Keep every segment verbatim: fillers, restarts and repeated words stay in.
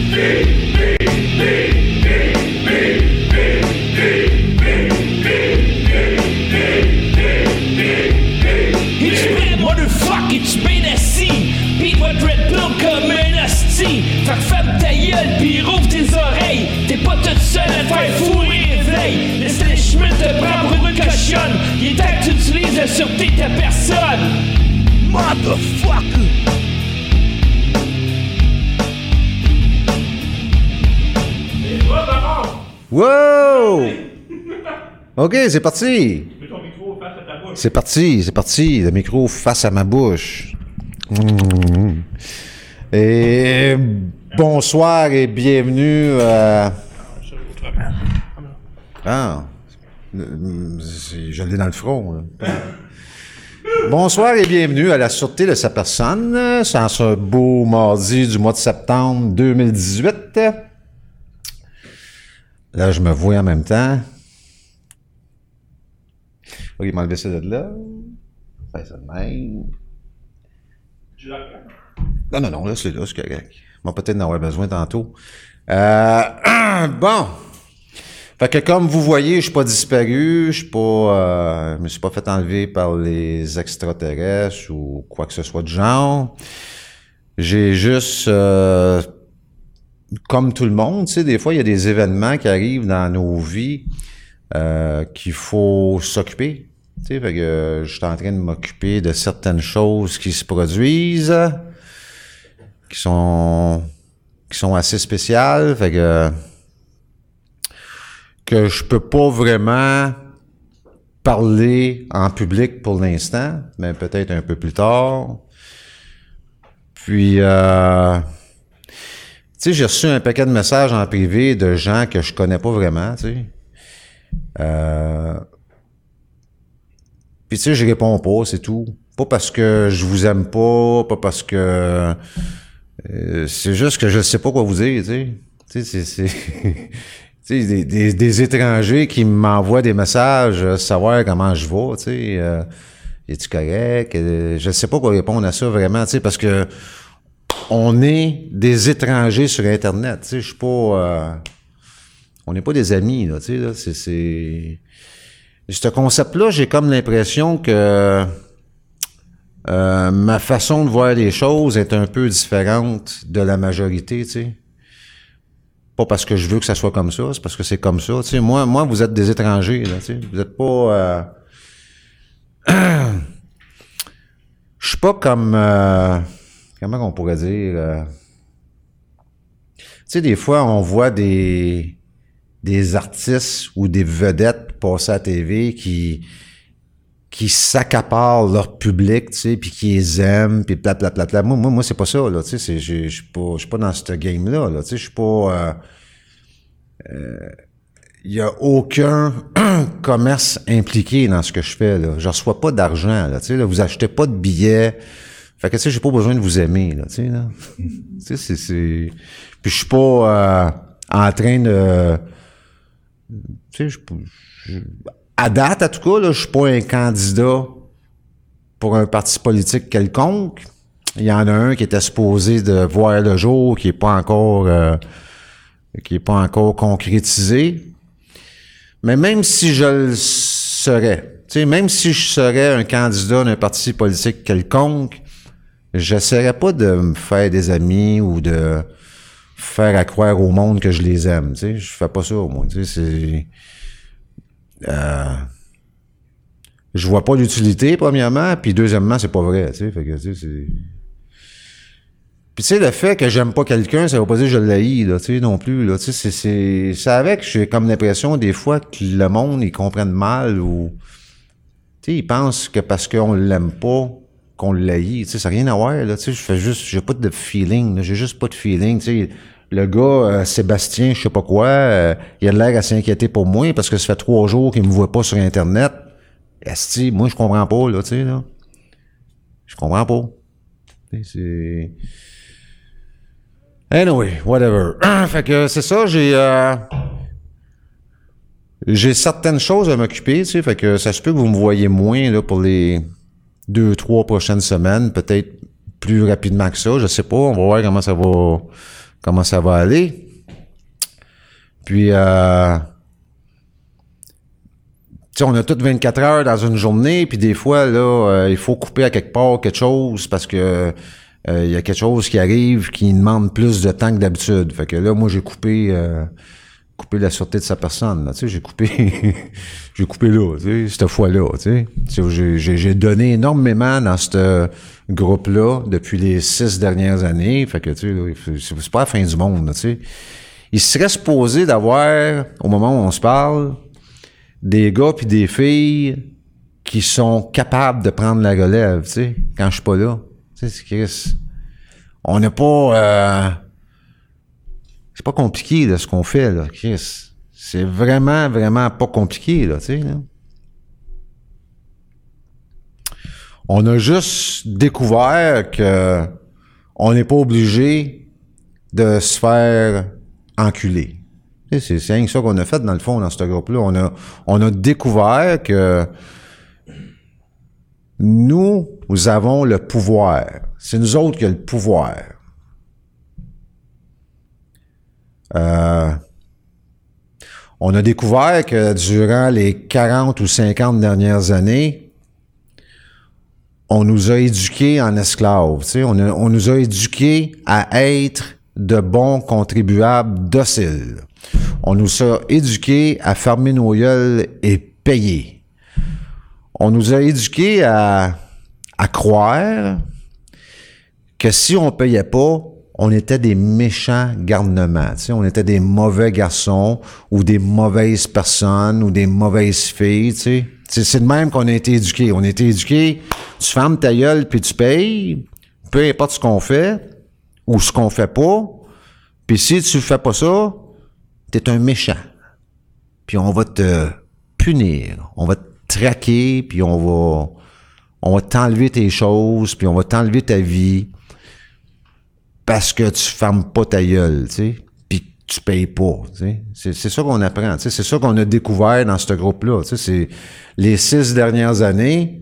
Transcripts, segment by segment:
Fait que ferme ta gueule pis rouvre tes oreilles. T'es pas toute seule à te faire fourrer éveil. L'establishment te prend pour une cochonne. Il est temps que tu utilises la sûreté de ta personne. Motherfucker. Wow! OK, c'est parti. C'est parti, c'est parti. Le micro face à ma bouche. Mmh. Et bonsoir et bienvenue à... Ah, je l'ai dans le front. Là. Bonsoir et bienvenue à la Sûreté de sa personne. C'est en ce beau mardi du mois de septembre deux mille dix-huit. Là, je me vois en même temps. OK, m'enlever ça de là. Faire ça de même. Tu l'as Non, non, non, là, c'est là, c'est correct. On va peut-être en avoir besoin tantôt. Euh, bon. Fait que comme vous voyez, je suis pas disparu, je suis pas, euh, je me suis pas fait enlever par les extraterrestres ou quoi que ce soit de genre. J'ai juste, euh, comme tout le monde, tu sais, des fois, il y a des événements qui arrivent dans nos vies euh, qu'il faut s'occuper. Tu sais, fait que euh, je suis en train de m'occuper de certaines choses qui se produisent, qui sont qui sont assez spéciales, fait que que je peux pas vraiment parler en public pour l'instant, mais peut-être un peu plus tard. Puis euh, tu sais, j'ai reçu un paquet de messages en privé de gens que je connais pas vraiment, tu sais. Euh, puis tu sais, je réponds pas, c'est tout. Pas parce que je vous aime pas, pas parce que euh, c'est juste que je sais pas quoi vous dire, tu sais. Tu sais, c'est, c'est tu sais, des, des, des étrangers qui m'envoient des messages, euh, savoir comment je vais, tu sais. Euh, es-tu correct? Euh, je sais pas quoi répondre à ça vraiment, tu sais, parce que on est des étrangers sur Internet, tu sais. Je suis pas, euh, on n'est pas des amis, là, tu sais. Là, c'est, c'est, ce concept-là, j'ai comme l'impression que Euh, ma façon de voir les choses est un peu différente de la majorité, tu sais. Pas parce que je veux que ça soit comme ça, c'est parce que c'est comme ça, tu sais. Moi, moi, vous êtes des étrangers, là, tu sais. Vous êtes pas... Euh... Je suis pas comme... Euh... Comment on pourrait dire... Euh... Tu sais, des fois, on voit des... des artistes ou des vedettes passer à la T V qui... qui s'accaparent leur public, tu sais, puis qui les aiment, puis blablabla. Moi, moi, moi, c'est pas ça, là, tu sais, c'est, je suis pas, je suis pas dans ce game-là, là, tu sais, je suis pas, euh, euh, y a aucun commerce impliqué dans ce que je fais, là. Je reçois pas d'argent, là, tu sais, là, vous achetez pas de billets. Fait que, tu sais, j'ai pas besoin de vous aimer, là, tu sais, là. Tu sais, c'est, c'est, puis je suis pas, euh, en train de, tu sais, je, je à date, en tout cas, là, je suis pas un candidat pour un parti politique quelconque. Il y en a un qui était supposé de voir le jour, qui est pas encore, euh, qui est pas encore concrétisé. Mais même si je le serais, tu sais, même si je serais un candidat d'un parti politique quelconque, j'essaierais pas de me faire des amis ou de faire à croire au monde que je les aime. Tu sais, je fais pas ça, moi. Tu sais, c'est Euh, je vois pas l'utilité, premièrement, puis deuxièmement, c'est pas vrai, tu sais, fait que, tu sais, c'est... Puis tu sais, le fait que j'aime pas quelqu'un, ça veut pas dire que je l'haïs, là, tu sais, non plus, là, tu sais, c'est, c'est... C'est avec, j'ai comme l'impression, des fois, que le monde, ils comprennent mal, ou... Tu sais, ils pensent que parce qu'on l'aime pas, qu'on l'haït, tu sais, ça n'a rien à voir, là, tu sais, je fais juste, j'ai pas de feeling, là, j'ai juste pas de feeling, tu sais... Le gars, euh, Sébastien, je sais pas quoi, euh, il a l'air à s'inquiéter pour moi parce que ça fait trois jours qu'il me voit pas sur Internet. Esti, moi, je comprends pas, là, tu sais, là. Je comprends pas. C'est... Anyway, whatever. Fait que c'est ça, j'ai... Euh... J'ai certaines choses à m'occuper, tu sais, fait que ça se peut que vous me voyez moins, là, pour les deux, trois prochaines semaines, peut-être plus rapidement que ça, je sais pas, on va voir comment ça va... comment ça va aller. Puis, euh, tu sais, on a toutes vingt-quatre heures dans une journée, puis des fois, là, euh, il faut couper à quelque part quelque chose parce que euh, il y a quelque chose qui arrive qui demande plus de temps que d'habitude. Fait que là, moi, j'ai coupé... Euh, couper la sûreté de sa personne, là, tu sais, j'ai coupé, j'ai coupé là, tu sais, cette fois-là, tu sais, j'ai, j'ai, j'ai donné énormément dans ce groupe-là depuis les six dernières années, fait que, tu sais, c'est, c'est pas la fin du monde, là, tu sais. Il serait supposé d'avoir, au moment où on se parle, des gars puis des filles qui sont capables de prendre la relève, tu sais, quand je suis pas là, tu sais, c'est Chris. On n'est pas, euh, c'est pas compliqué, là, ce qu'on fait, là, Chris. C'est vraiment, vraiment pas compliqué, là, tu sais, là. On a juste découvert que on n'est pas obligé de se faire enculer. Tu sais, c'est, c'est rien que ça qu'on a fait, dans le fond, dans ce groupe-là. On a, on a découvert que nous, nous avons le pouvoir. C'est nous autres qui avons le pouvoir. Euh, on a découvert que durant les quarante ou cinquante dernières années, on nous a éduqués en esclaves. Tu sais, on, a, on nous a éduqués à être de bons contribuables dociles. On nous a éduqués à fermer nos gueules et payer. On nous a éduqués à, à croire que si on payait pas, on était des méchants garnements, tu sais, on était des mauvais garçons ou des mauvaises personnes ou des mauvaises filles, tu sais. C'est, c'est de même qu'on a été éduqués. On a été éduqués, tu fermes ta gueule puis tu payes, peu importe ce qu'on fait ou ce qu'on fait pas, puis si tu fais pas ça, t'es un méchant. Puis on va te punir, on va te traquer, puis on va, on va t'enlever tes choses, puis on va t'enlever ta vie. Parce que tu fermes pas ta gueule, tu sais, puis tu payes pas, tu sais. C'est, c'est ça qu'on apprend, tu sais. C'est ça qu'on a découvert dans ce groupe-là, tu sais. C'est les six dernières années.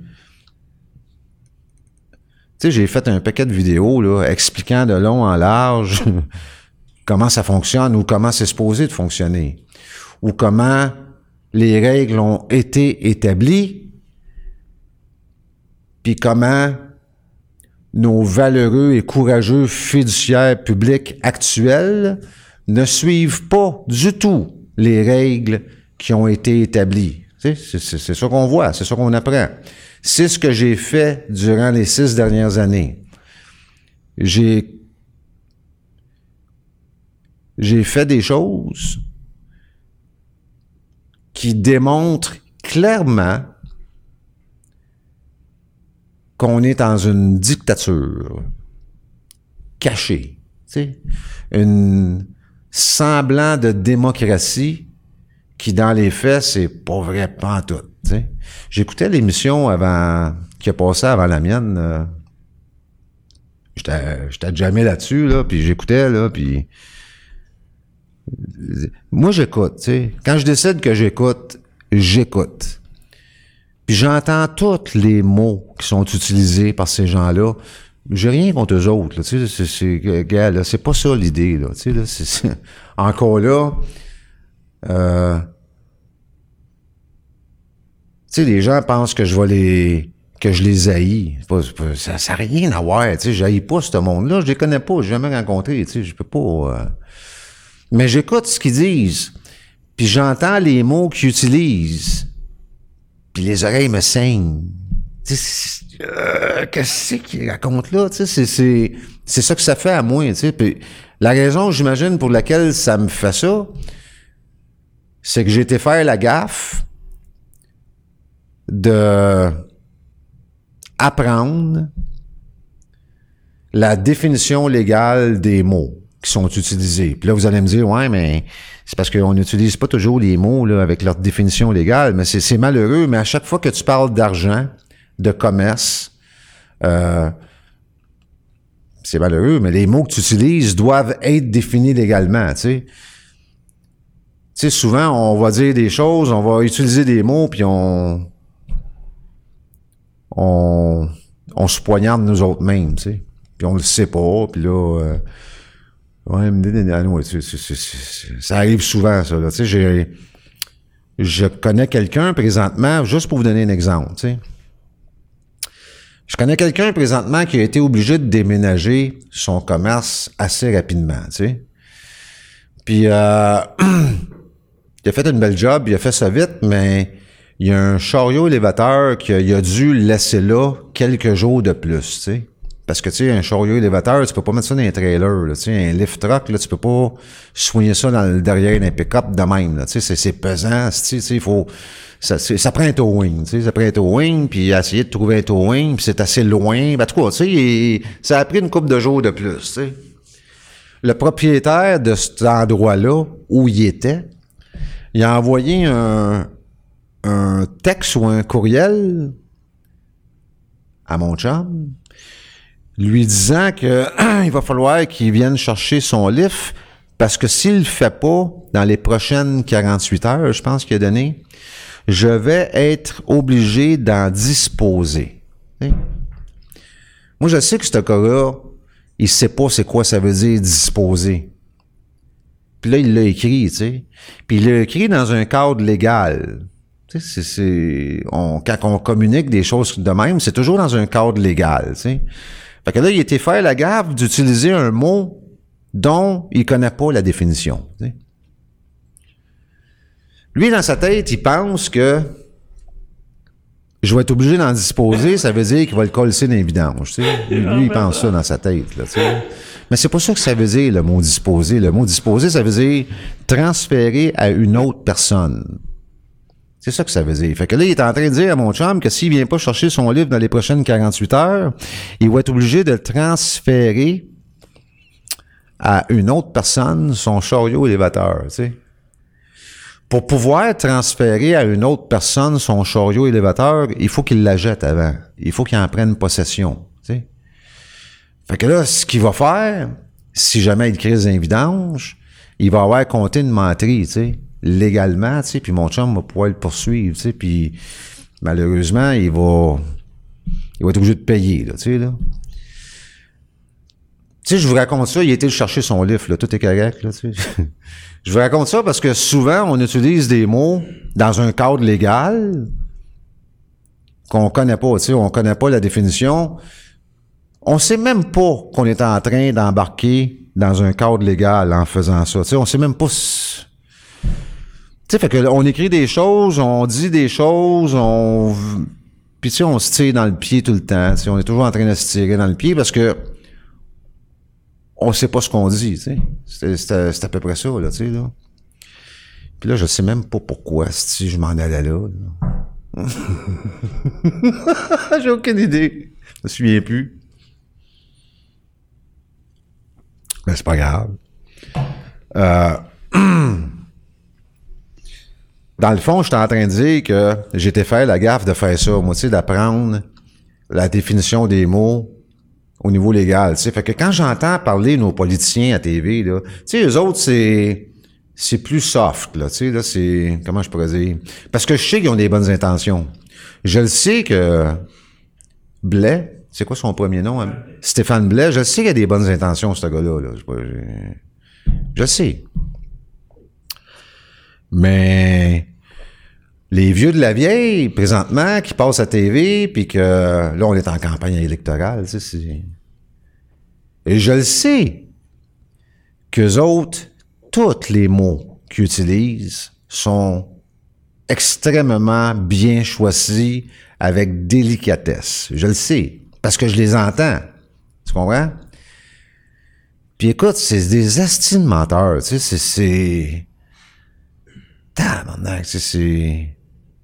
Tu sais, j'ai fait un paquet de vidéos, là, expliquant de long en large comment ça fonctionne ou comment c'est supposé de fonctionner. Ou comment les règles ont été établies, puis comment nos valeureux et courageux fiduciaires publics actuels ne suivent pas du tout les règles qui ont été établies. Tu sais, c'est, c'est, c'est ça qu'on voit, c'est ça qu'on apprend. C'est ce que j'ai fait durant les six dernières années. J'ai, j'ai fait des choses qui démontrent clairement qu'on est dans une dictature cachée, tu sais, une semblant de démocratie qui, dans les faits, c'est pas vrai pantoute, tu sais. J'écoutais l'émission avant, qui a passé avant la mienne, euh, j'étais, j'étais jamais là-dessus, là, puis j'écoutais, là, puis moi, j'écoute, tu sais. Quand je décide que j'écoute, j'écoute. Puis j'entends tous les mots qui sont utilisés par ces gens-là. J'ai rien contre eux autres, là, tu sais, c'est, c'est, gars, là, c'est pas ça l'idée, là, tu sais, là, c'est, c'est, encore là, euh, tu sais, les gens pensent que je vais les, que je les haïs. Pas, pas, ça, ça n'a rien à voir, tu sais, j'haïs pas ce monde-là, je les connais pas, j'ai jamais rencontré, tu sais, je peux pas, euh, mais j'écoute ce qu'ils disent, puis j'entends les mots qu'ils utilisent. Puis les oreilles me saignent. Tu sais, euh, qu'est-ce qu'il raconte là? Tu sais, c'est, c'est, c'est ça que ça fait à moi, tu sais. Puis la raison, j'imagine, pour laquelle ça me fait ça, c'est que j'ai été faire la gaffe de apprendre la définition légale des mots qui sont utilisés. Puis là, vous allez me dire, ouais, mais c'est parce qu'on n'utilise pas toujours les mots là, avec leur définition légale, mais c'est, c'est malheureux, mais à chaque fois que tu parles d'argent, de commerce, euh, c'est malheureux, mais les mots que tu utilises doivent être définis légalement, tu sais. Tu sais, souvent, on va dire des choses, on va utiliser des mots, puis on... on... on se poignarde nous autres mêmes, tu sais. Puis on le sait pas, puis là... Euh, Ouais, ouais, c'est, c'est, c'est, c'est, ça arrive souvent, ça, là. Tu sais, j'ai, je connais quelqu'un présentement, juste pour vous donner un exemple, tu sais. Je connais quelqu'un présentement qui a été obligé de déménager son commerce assez rapidement, tu sais. Puis, euh, il a fait une belle job, il a fait ça vite, mais il y a un chariot élévateur qu'il a dû laisser là quelques jours de plus, tu sais. Parce que, tu sais, un chariot élévateur, tu peux pas mettre ça dans un trailer, là, tu sais, un lift truck, là, tu peux pas soigner ça dans le derrière d'un pick-up de même, là, tu sais, c'est, c'est pesant, tu sais, il faut, ça, ça prend un towing, tu sais, ça prend un towing, puis essayer de trouver un towing, puis c'est assez loin, ben, en tout cas, tu sais, ça a pris une couple de jours de plus, tu sais. Le propriétaire de cet endroit-là, où il était, il a envoyé un, un texte ou un courriel à mon chum, lui disant que il va falloir qu'il vienne chercher son lift parce que s'il le fait pas dans les prochaines quarante-huit heures, je pense qu'il a donné, je vais être obligé d'en disposer. T'sais? Moi, je sais que ce cas-là, il sait pas c'est quoi ça veut dire disposer. Puis là, il l'a écrit, tu sais. Puis il l'a écrit dans un cadre légal. Tu sais, c'est, c'est, on, quand on communique des choses de même, c'est toujours dans un cadre légal, tu sais. Fait que là, il a été fait la gaffe d'utiliser un mot dont il connaît pas la définition. Tu sais. Lui, dans sa tête, il pense que je vais être obligé d'en disposer, ça veut dire qu'il va le coller dans les vidanges. Tu sais. Lui, lui, il pense ça dans sa tête. Là, tu sais. Mais c'est pas ça que ça veut dire, le mot disposer. Le mot disposer, ça veut dire transférer à une autre personne. C'est ça que ça veut dire. Fait que là, il est en train de dire à mon chum que s'il vient pas chercher son livre dans les prochaines quarante-huit heures, il va être obligé de le transférer à une autre personne, son chariot élévateur, tu sais. Pour pouvoir transférer à une autre personne son chariot élévateur, il faut qu'il la jette avant. Il faut qu'il en prenne possession, tu sais. Fait que là, ce qu'il va faire, si jamais il crée un vidange, il va avoir compté une menterie, tu sais. Légalement, tu sais, puis mon chum va pouvoir le poursuivre, tu sais, puis malheureusement, il va il va être obligé de payer, là, tu sais, là. Tu sais, je vous raconte ça, il a été chercher son livre, là, tout est correct, là, tu sais. Je vous raconte ça parce que souvent, on utilise des mots dans un cadre légal qu'on connaît pas, tu sais, on connaît pas la définition. On sait même pas qu'on est en train d'embarquer dans un cadre légal en faisant ça, tu sais, on sait même pas si... Tu sais, fait que on écrit des choses, on dit des choses, on... Puis tu sais, on se tire dans le pied tout le temps, tu sais, on est toujours en train de se tirer dans le pied parce que on sait pas ce qu'on dit, tu sais. C'est, c'est, c'est à peu près ça, là, tu sais, là. Puis là, je sais même pas pourquoi, si je m'en allais là, là. J'ai aucune idée. Je me souviens plus. Mais c'est pas grave. Euh... Dans le fond, je suis en train de dire que j'étais fait la gaffe de faire ça, moi, tu sais, d'apprendre la définition des mots au niveau légal, tu sais. Fait que quand j'entends parler nos politiciens à T V, là, tu sais, eux autres, c'est, c'est plus soft, là, tu sais, là, c'est, comment je pourrais dire? Parce que je sais qu'ils ont des bonnes intentions. Je le sais que Blais, c'est quoi son premier nom? Hein? Stéphane Blais, je le sais qu'il a des bonnes intentions, ce gars-là, là. Je, je le sais. Mais les vieux de la vieille, présentement, qui passent à T V, puis que là, on est en campagne électorale, tu sais, c'est... Et je le sais qu'eux autres, tous les mots qu'ils utilisent sont extrêmement bien choisis avec délicatesse. Je le sais, parce que je les entends. Tu comprends? Puis écoute, c'est des estimes de menteurs, tu sais, c'est... c'est... Tabarnak, c'est, c'est...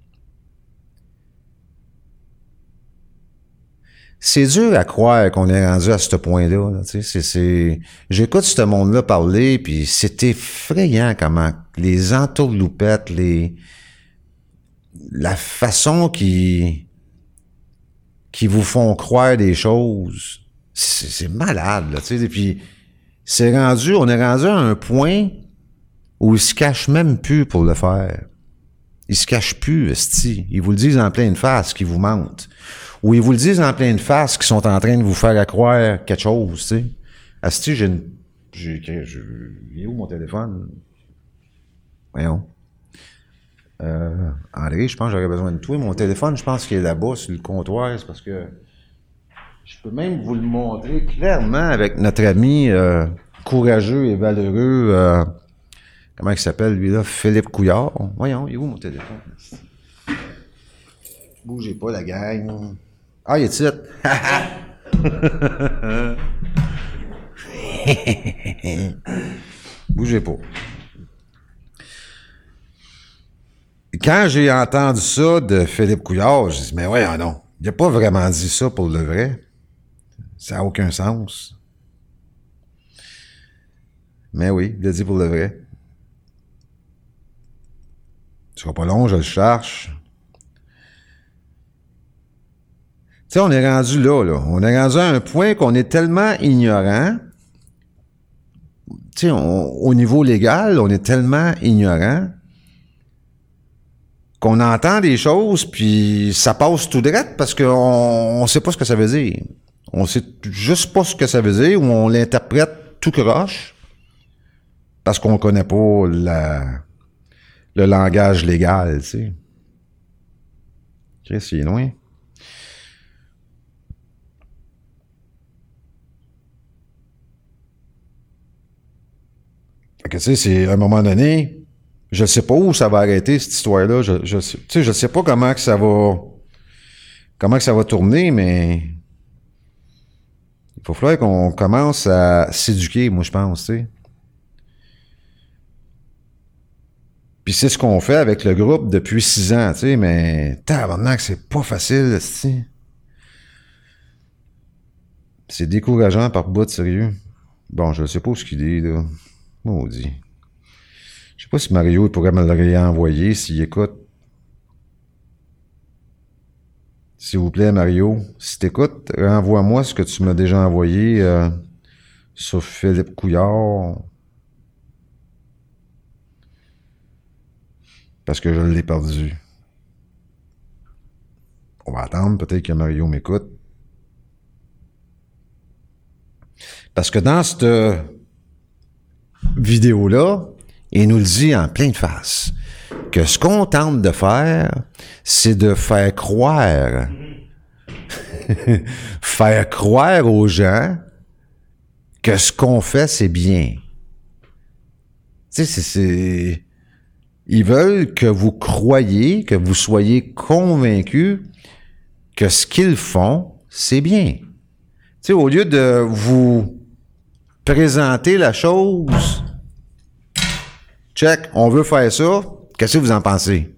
C'est dur à croire qu'on est rendu à ce point-là, là, tu sais, c'est, c'est... J'écoute ce monde-là parler, puis c'est effrayant comment les entourloupettes, les... La façon qui... qui vous font croire des choses, c'est, c'est malade, là, tu sais, et puis c'est rendu, on est rendu à un point où ils se cachent même plus pour le faire. Ils se cachent plus, esti. Ils vous le disent en pleine face qu'ils vous mentent. Ou ils vous le disent en pleine face qu'ils sont en train de vous faire croire quelque chose, tu sais. Esti, j'ai une J'ai écrit, je, il est où mon téléphone? Voyons. Euh, André, je pense que j'aurais besoin de toi. Mon téléphone, je pense qu'il est là-bas, sur le comptoir. C'est parce que je peux même vous le montrer clairement avec notre ami euh, courageux et valeureux. Euh, comment il s'appelle, lui, là? Philippe Couillard. Voyons, il est où mon téléphone? Bougez pas, la gang. Ah, il est ici. Bougez pas. Quand j'ai entendu ça de Philippe Couillard, j'ai dit, mais ouais, non, il n'a pas vraiment dit ça pour le vrai. Ça n'a aucun sens. Mais oui, il l'a dit pour le vrai. Ce sera pas long, je le cherche. Tu sais, on est rendu là, là. On est rendu à un point qu'on est tellement ignorant. Tu sais, au niveau légal, on est tellement ignorant qu'on entend des choses, puis ça passe tout droit parce qu'on on sait pas ce que ça veut dire. On sait juste pas ce que ça veut dire, ou on l'interprète tout croche parce qu'on connaît pas la, le langage légal, tu sais. Qu'est-ce qu'il est loin? Fait que, tu sais, c'est à un moment donné, je sais pas où ça va arrêter, cette histoire-là. Je, je, tu sais, je sais pas comment que ça va, comment que ça va tourner, mais il faut falloir qu'on commence à s'éduquer, moi, je pense, tu sais. Puis c'est ce qu'on fait avec le groupe depuis six ans, tu sais, mais tabarnak, c'est pas facile, tu sais. C'est décourageant par bout, sérieux. Bon, je sais pas où ce qu'il dit, là. Maudit. Je sais pas si Mario il pourrait me le réenvoyer s'il écoute. S'il vous plaît, Mario, si t'écoutes, renvoie-moi ce que tu m'as déjà envoyé euh, sur Philippe Couillard. Parce que je l'ai perdu. On va attendre, peut-être que Mario m'écoute. Parce que dans cette vidéo-là, il nous le dit en pleine face, que ce qu'on tente de faire, c'est de faire croire, faire croire aux gens que ce qu'on fait, c'est bien. Tu sais, c'est, c'est... Ils veulent que vous croyiez, que vous soyez convaincus que ce qu'ils font, c'est bien. Tu sais, au lieu de vous présenter la chose, check, on veut faire ça, qu'est-ce que vous en pensez?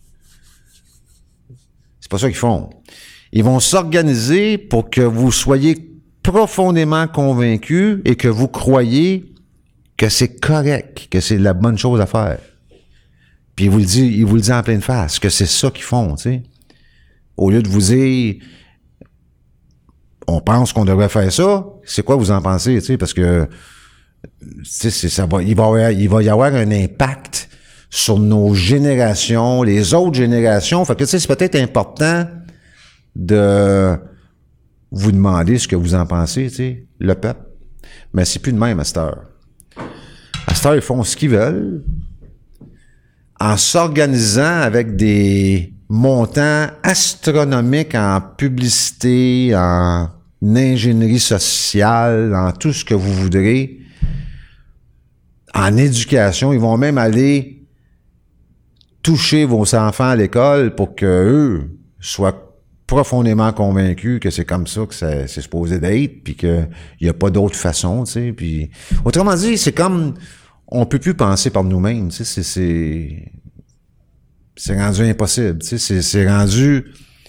C'est pas ça qu'ils font. Ils vont s'organiser pour que vous soyez profondément convaincus et que vous croyez que c'est correct, que c'est la bonne chose à faire. Puis il vous le dit, il vous le dit en pleine face, que c'est ça qu'ils font, tu sais. Au lieu de vous dire, on pense qu'on devrait faire ça, c'est quoi vous en pensez, tu sais, parce que, tu sais, c'est, ça va, il va, avoir, il va y avoir un impact sur nos générations, les autres générations. Fait que, tu sais, c'est peut-être important de vous demander ce que vous en pensez, tu sais, le peuple. Mais c'est plus de même à cette heure. À cette heure, ils font ce qu'ils veulent, en s'organisant avec des montants astronomiques en publicité, en ingénierie sociale, en tout ce que vous voudrez, en éducation. Ils vont même aller toucher vos enfants à l'école pour qu'eux soient profondément convaincus que c'est comme ça que c'est, c'est supposé d'être, puis qu'il n'y a pas d'autre façon, tu sais. Puis, autrement dit, c'est comme... On peut plus penser par nous-mêmes, tu sais, c'est, c'est, c'est rendu impossible, tu sais, c'est, c'est rendu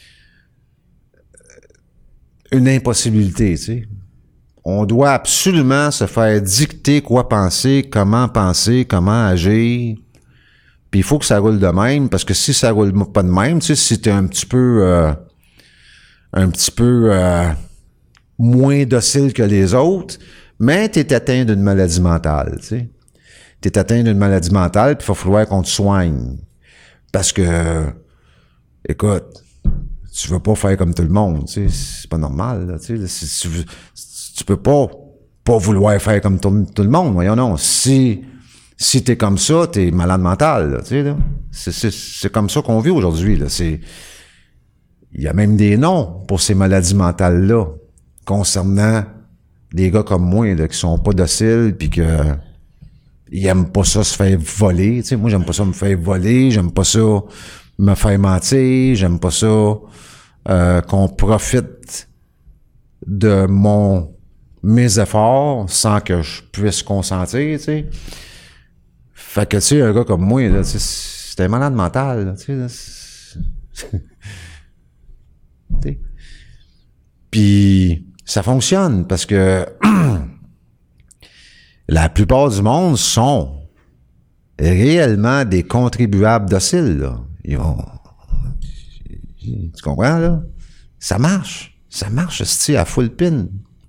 une impossibilité, tu sais. On doit absolument se faire dicter quoi penser, comment penser, comment agir, puis il faut que ça roule de même, parce que si ça roule pas de même, tu sais, si t'es un petit peu, euh, un petit peu euh, moins docile que les autres, mais t'es atteint d'une maladie mentale, tu sais. T'es atteint d'une maladie mentale, puis il va falloir qu'on te soigne. Parce que, écoute, tu veux pas faire comme tout le monde, tu sais, c'est pas normal, là, tu sais, si tu, veux, tu peux pas pas vouloir faire comme tout, tout le monde. Voyons non. Si, si t'es comme ça, t'es malade mental, là, tu sais, là. C'est, c'est, c'est comme ça qu'on vit aujourd'hui, là. C'est, il y a même des noms pour ces maladies mentales-là, concernant des gars comme moi, là, qui sont pas dociles, puis que, ils aiment pas ça se faire voler, tu sais. Moi, j'aime pas ça me faire voler, j'aime pas ça me faire mentir, j'aime pas ça, euh, qu'on profite de mon, mes efforts sans que je puisse consentir, tu sais. Fait que, tu sais, un gars comme moi, là, tu sais, c'est un malade mental, là, tu sais, là, c'est... Puis ça fonctionne parce que la plupart du monde sont réellement des contribuables dociles, là. Ils vont... Tu comprends, là? Ça marche. Ça marche, c'est à full pin.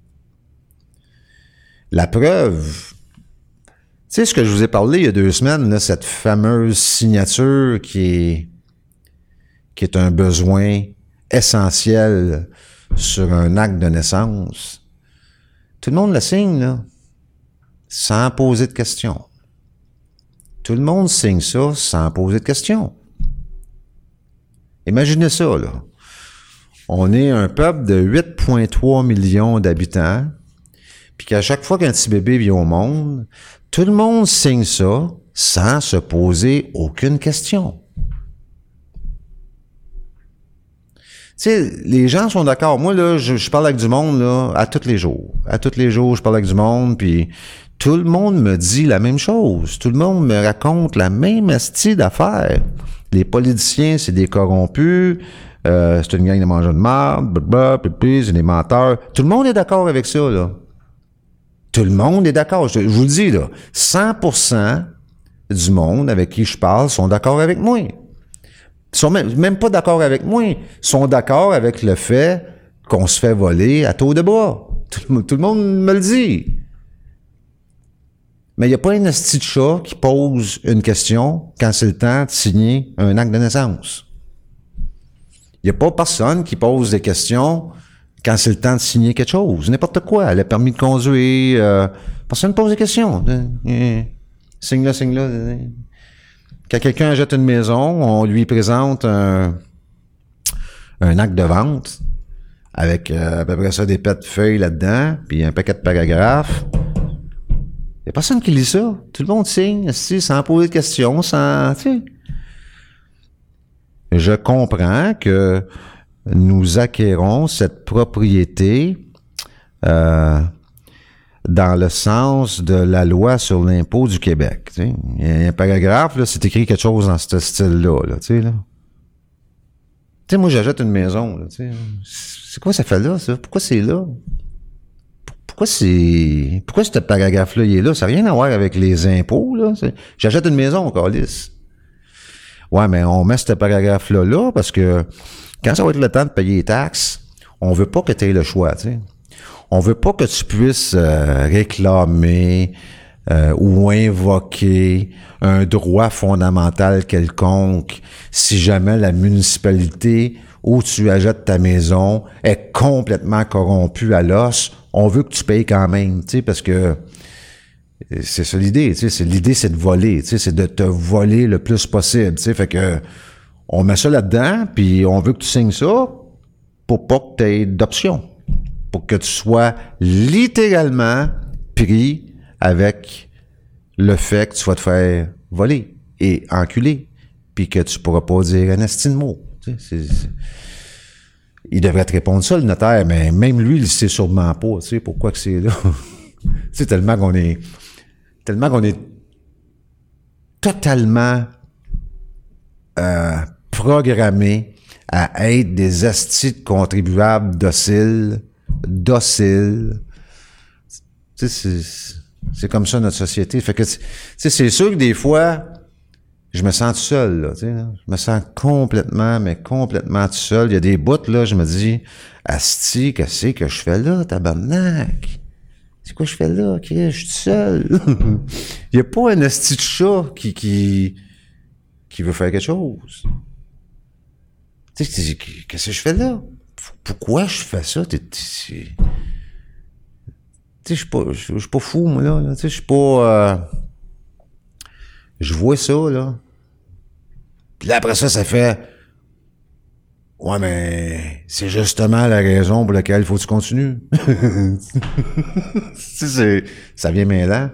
La preuve, tu sais ce que je vous ai parlé il y a deux semaines, là, cette fameuse signature qui est, qui est un besoin essentiel sur un acte de naissance. Tout le monde le signe, là, sans poser de questions. Tout le monde signe ça sans poser de questions. Imaginez ça, là. On est un peuple de huit virgule trois millions d'habitants, puis qu'à chaque fois qu'un petit bébé vient au monde, tout le monde signe ça sans se poser aucune question. Tu sais, les gens sont d'accord. Moi, là, je, je parle avec du monde, là, à tous les jours. À tous les jours, je parle avec du monde, puis tout le monde me dit la même chose. Tout le monde me raconte la même asti d'affaires. Les politiciens, c'est des corrompus, euh, c'est une gang de mangeurs de marde, blablabla, c'est des menteurs. Tout le monde est d'accord avec ça, là. Tout le monde est d'accord. Je, je vous le dis, là, cent pour cent du monde avec qui je parle sont d'accord avec moi. Ils sont même, même pas d'accord avec moi. Ils sont d'accord avec le fait qu'on se fait voler à tour de bras. Tout, tout le monde me le dit. Mais il n'y a pas un esti de chat qui pose une question quand c'est le temps de signer un acte de naissance. Il n'y a pas personne qui pose des questions quand c'est le temps de signer quelque chose. N'importe quoi. Le permis de conduire. Euh, personne ne pose des questions. Euh, signe là, signe là. Euh. Quand quelqu'un achète une maison, on lui présente un, un acte de vente avec euh, à peu près ça des pets de feuilles là-dedans, puis un paquet de paragraphes. Il n'y a personne qui lit ça. Tout le monde signe, sans poser de questions, sans... Tu sais. Je comprends que nous acquérons cette propriété euh, dans le sens de la loi sur l'impôt du Québec. Tu sais. Il y a un paragraphe, là, c'est écrit quelque chose dans ce style-là. Là, tu sais, là. Tu sais, moi, j'achète une maison. Là, tu sais. C'est quoi ça fait là, ça? Pourquoi c'est là? Pourquoi c'est... Pourquoi ce paragraphe-là, il est là? Ça n'a rien à voir avec les impôts, là. C'est... J'achète une maison, câlisse. Ouais, mais on met ce paragraphe-là là parce que quand ça va être le temps de payer les taxes, on veut pas que tu aies le choix, tu sais. On veut pas que tu puisses euh, réclamer euh, ou invoquer un droit fondamental quelconque si jamais la municipalité où tu achètes ta maison est complètement corrompue à l'os. On veut que tu payes quand même, tu sais, parce que c'est ça l'idée, tu sais, c'est, l'idée c'est de voler, tu sais, c'est de te voler le plus possible, tu sais, fait que on met ça là-dedans, puis on veut que tu signes ça pour pas que tu aies d'option, pour que tu sois littéralement pris avec le fait que tu vas te faire voler et enculer, puis que tu pourras pas dire un esti de mot, tu sais, c'est, c'est... Il devrait te répondre ça, le notaire, mais même lui, il sait sûrement pas, tu sais, pourquoi que c'est là. Tu sais, tellement qu'on est... Tellement qu'on est totalement euh, programmé à être des astis de contribuables dociles, dociles. Tu sais, c'est, c'est comme ça notre société. Fait que, tu sais, c'est sûr que des fois, je me sens tout seul, là, tu sais, là. Je me sens complètement, mais complètement tout seul. Il y a des bouts, là, je me dis, asti, qu'est-ce que je fais là, tabarnak? C'est quoi je fais là? Okay, je suis tout seul. Il n'y a pas un asti de chat qui, qui, qui veut faire quelque chose. Tu sais, qu'est-ce que je fais là? Pourquoi je fais ça? Tu tu sais, je suis pas, je suis pas fou, moi, là. Tu sais, je suis pas... Euh, je vois ça, là. Puis là, après ça, ça fait... Ouais, mais c'est justement la raison pour laquelle il faut que tu continues. Tu sais, c'est, ça vient mêlant.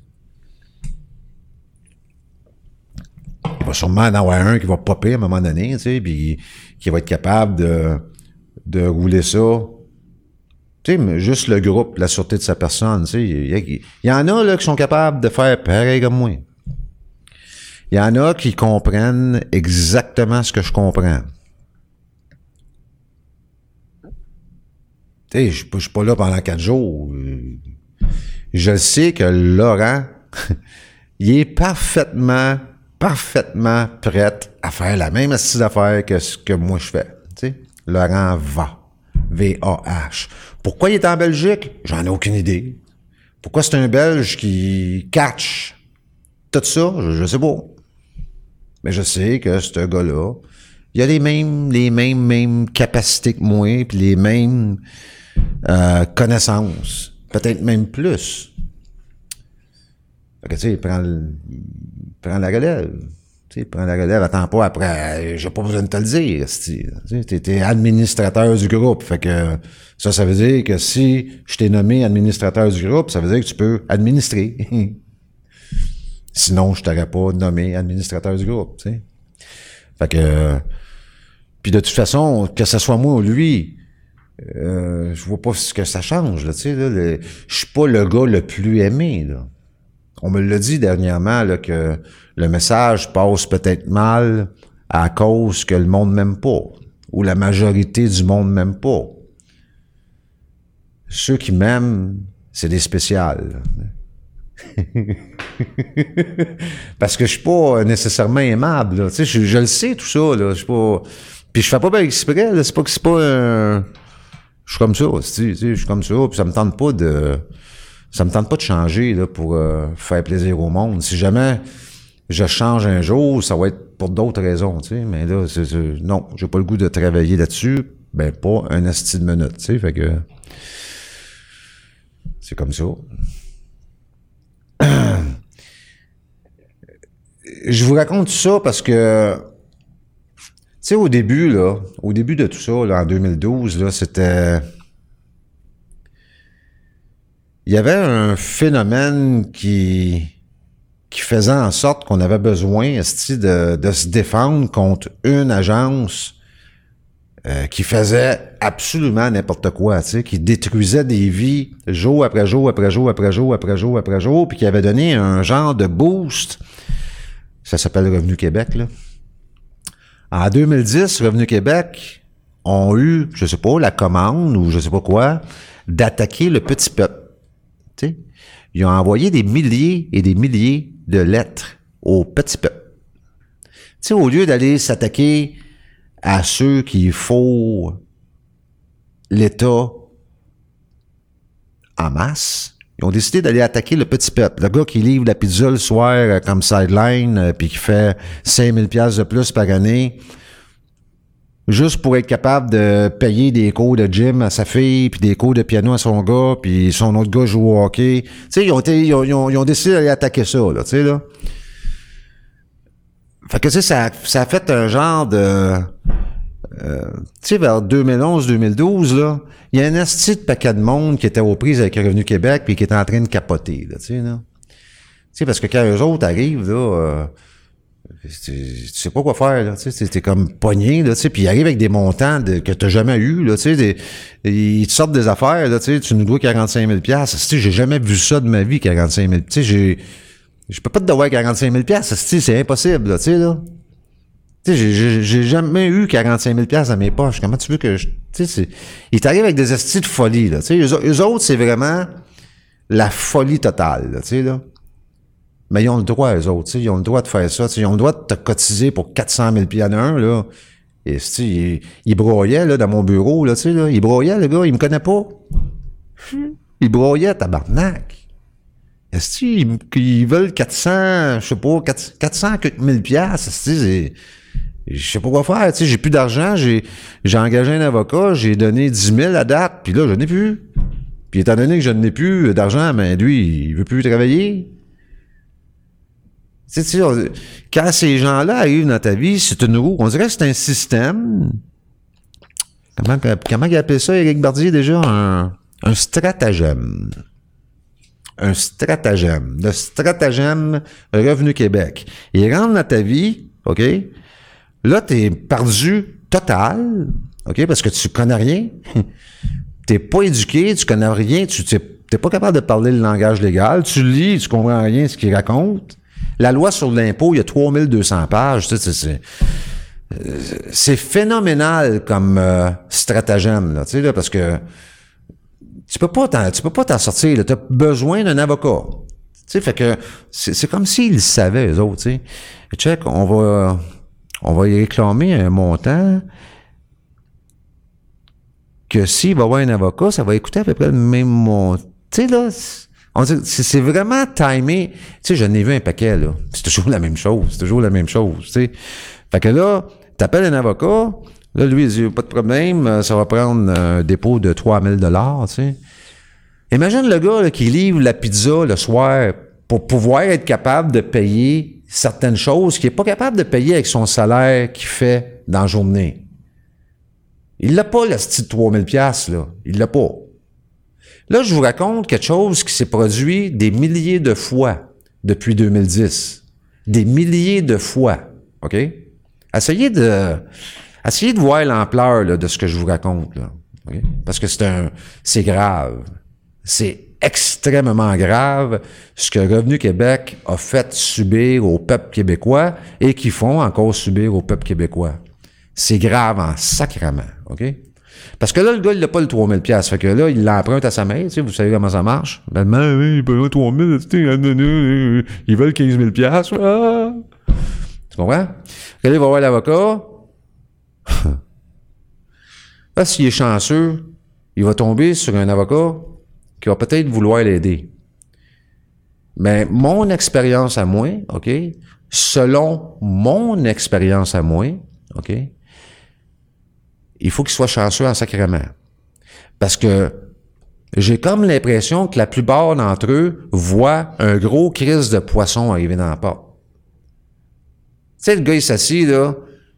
Il va sûrement en avoir un qui va popper à un moment donné, tu sais, puis qui va être capable de, de rouler ça. Tu sais, mais juste le groupe, la sûreté de sa personne, tu sais. Il y, y, y en a, là, qui sont capables de faire pareil comme moi. Il y en a qui comprennent exactement ce que je comprends. Tu sais, je ne suis pas là pendant quatre jours. Je sais que Laurent, il est parfaitement, parfaitement prêt à faire la même astuce d'affaires que ce que moi je fais. Tu sais, Laurent va. V A H. Pourquoi il est en Belgique? J'en ai aucune idée. Pourquoi c'est un Belge qui catch tout ça? Je, je sais pas. Mais je sais que ce gars-là, il a les mêmes, les mêmes, mêmes capacités que moi, puis les mêmes euh, connaissances. Peut-être même plus. Fait que, tu sais, il prend, le, il prend la relève. Tu sais, il prend la relève. Attends pas après, j'ai pas besoin de te le dire. Tu sais, t'es administrateur du groupe. Fait que ça, ça veut dire que si je t'ai nommé administrateur du groupe, ça veut dire que tu peux administrer. Sinon, je t'aurais pas nommé administrateur du groupe, tu sais. Fait que... Puis de toute façon, que ce soit moi ou lui, euh, je vois pas ce que ça change, là, tu sais, là. Le, je suis pas le gars le plus aimé, là. On me l'a dit dernièrement, là, que le message passe peut-être mal à cause que le monde m'aime pas, ou la majorité du monde m'aime pas. Ceux qui m'aiment, c'est des spéciales. Parce que je suis pas nécessairement aimable, là. Tu sais, je, je le sais, tout ça, là. Je suis pas... Puis je fais pas bien exprès, là. C'est pas que c'est pas un... Je suis comme ça, tu sais, je suis comme ça, puis ça me tente pas de... Ça me tente pas de changer, là, pour euh, faire plaisir au monde. Si jamais je change un jour, ça va être pour d'autres raisons, tu sais. Mais là, c'est, c'est... non, j'ai pas le goût de travailler là-dessus. Ben, pas un asti de minute, tu sais. Fait que... C'est comme ça. Je vous raconte ça parce que, tu sais, au début, là, au début de tout ça, là, en deux mille douze, là, c'était... Il y avait un phénomène qui, qui faisait en sorte qu'on avait besoin, esti, de, de se défendre contre une agence euh, qui faisait absolument n'importe quoi, tu sais, qui détruisait des vies jour après jour, après jour, après jour, après jour, après jour, puis qui avait donné un genre de boost. Ça s'appelle Revenu Québec, là. En deux mille dix, Revenu Québec ont eu, je sais pas, la commande ou je sais pas quoi, d'attaquer le petit peuple. Tu sais, ils ont envoyé des milliers et des milliers de lettres au petit peuple. Tu sais, au lieu d'aller s'attaquer à ceux qui font l'État en masse, ils ont décidé d'aller attaquer le petit peuple. Le gars qui livre la pizza le soir euh, comme sideline, euh, puis qui fait cinq mille dollars de plus par année, juste pour être capable de payer des cours de gym à sa fille, puis des cours de piano à son gars, puis son autre gars joue au hockey. Tu sais, ils ont, été, ils, ont, ils, ont, ils ont décidé d'aller attaquer ça, là, tu sais, là. Fait que, tu sais, ça, ça a fait un genre de... Euh, tu sais, vers deux mille onze deux mille douze, là, il y a un asti de paquet de monde qui était aux prises avec Revenu Québec puis qui était en train de capoter, là, tu sais, là. Tu sais, parce que quand eux autres arrivent, là, euh, tu sais pas quoi faire, là, tu sais, t'es comme pogné, là, tu sais, puis ils arrivent avec des montants de, que t'as jamais eu, là, tu sais, des, ils te sortent des affaires, là, tu sais, tu nous dois quarante-cinq mille dollars, tu sais, j'ai jamais vu ça de ma vie, quarante-cinq mille, tu sais, j'ai, je peux pas te devoir quarante-cinq mille dollars, c'est impossible, là, tu sais, là. Tu sais, j'ai, j'ai jamais eu quarante-cinq mille dollars dans mes poches. Comment tu veux que je... Tu sais, ils t'arrivent avec des estis de folie, là. Tu sais, eux, eux autres, c'est vraiment la folie totale, là, tu sais, là. Mais ils ont le droit, eux autres, tu sais, ils ont le droit de faire ça. Tu sais, ils ont le droit de te cotiser pour quatre cent mille dollars un, là. Et, tu sais, il, il broyait, là, dans mon bureau, là, tu sais, là. Il broyait, le gars, il me connaît pas. Il broyait, tabarnak. Est-ce qu'ils ils veulent quatre cents, je sais pas, quatre cents mille dollars, c'est... Je sais pas quoi faire, tu sais, j'ai plus d'argent, j'ai j'ai engagé un avocat, j'ai donné dix mille à date, puis là, je n'ai plus. Puis étant donné que je n'ai plus d'argent, ben lui, il veut plus travailler. Tu sais, quand ces gens-là arrivent dans ta vie, c'est une roue. On dirait que c'est un système. Comment, comment il appelle ça, Éric Bardier, déjà? Un, un stratagème. Un stratagème. Le stratagème Revenu Québec. Il rentre dans ta vie, OK? Là, t'es perdu total, OK? Parce que tu connais rien. T'es pas éduqué, tu connais rien, tu t'es, t'es pas capable de parler le langage légal. Tu lis, tu comprends rien de ce qu'il raconte. La loi sur l'impôt, il y a trois mille deux cents pages. Tu sais, c'est, c'est, c'est phénoménal comme euh, stratagème, là, tu sais, là, parce que tu peux pas t'en, tu peux pas t'en sortir. Tu as besoin d'un avocat. Tu sais, fait que c'est, c'est comme s'ils le savaient, eux autres, tu sais. Check, on va, on va y réclamer un montant que s'il va avoir un avocat, ça va coûter à peu près le même montant. Tu sais, là, on dit, c'est, c'est vraiment timé. Tu sais, j'en ai vu un paquet, là. C'est toujours la même chose. C'est toujours la même chose, tu sais. Fait que là, t'appelles un avocat, là, lui, il dit, pas de problème, ça va prendre un dépôt de trois mille dollars, tu sais. Imagine le gars, là, qui livre la pizza le soir pour pouvoir être capable de payer certaines choses qu'il n'est pas capable de payer avec son salaire qu'il fait dans la journée. Il l'a pas, le style de trois mille dollars, là. Il l'a pas. Là, je vous raconte quelque chose qui s'est produit des milliers de fois depuis deux mille dix. Des milliers de fois. OK? Essayez de, essayez de voir l'ampleur, là, de ce que je vous raconte, là. Okay? Parce que c'est un, c'est grave. C'est extrêmement grave ce que Revenu Québec a fait subir au peuple québécois et qu'ils font encore subir au peuple québécois. C'est grave en sacrament, OK? Parce que là, le gars, il n'a pas le trois mille dollars. Fait que là, il l'emprunte à sa mère, tu sais, vous savez comment ça marche? Ben, oui, il peut trois mille, tu sais, ils veulent quinze mille dollars. Ah! Tu comprends? Là, il va voir l'avocat. Là, s'il est chanceux, il va tomber sur un avocat qui va peut-être vouloir l'aider. Mais mon expérience à moi, OK, selon mon expérience à moi, OK, il faut qu'il soit chanceux en sacrement. Parce que j'ai comme l'impression que la plupart d'entre eux voient un gros crise de poisson arriver dans la porte. Tu sais, le gars, il s'assit, là.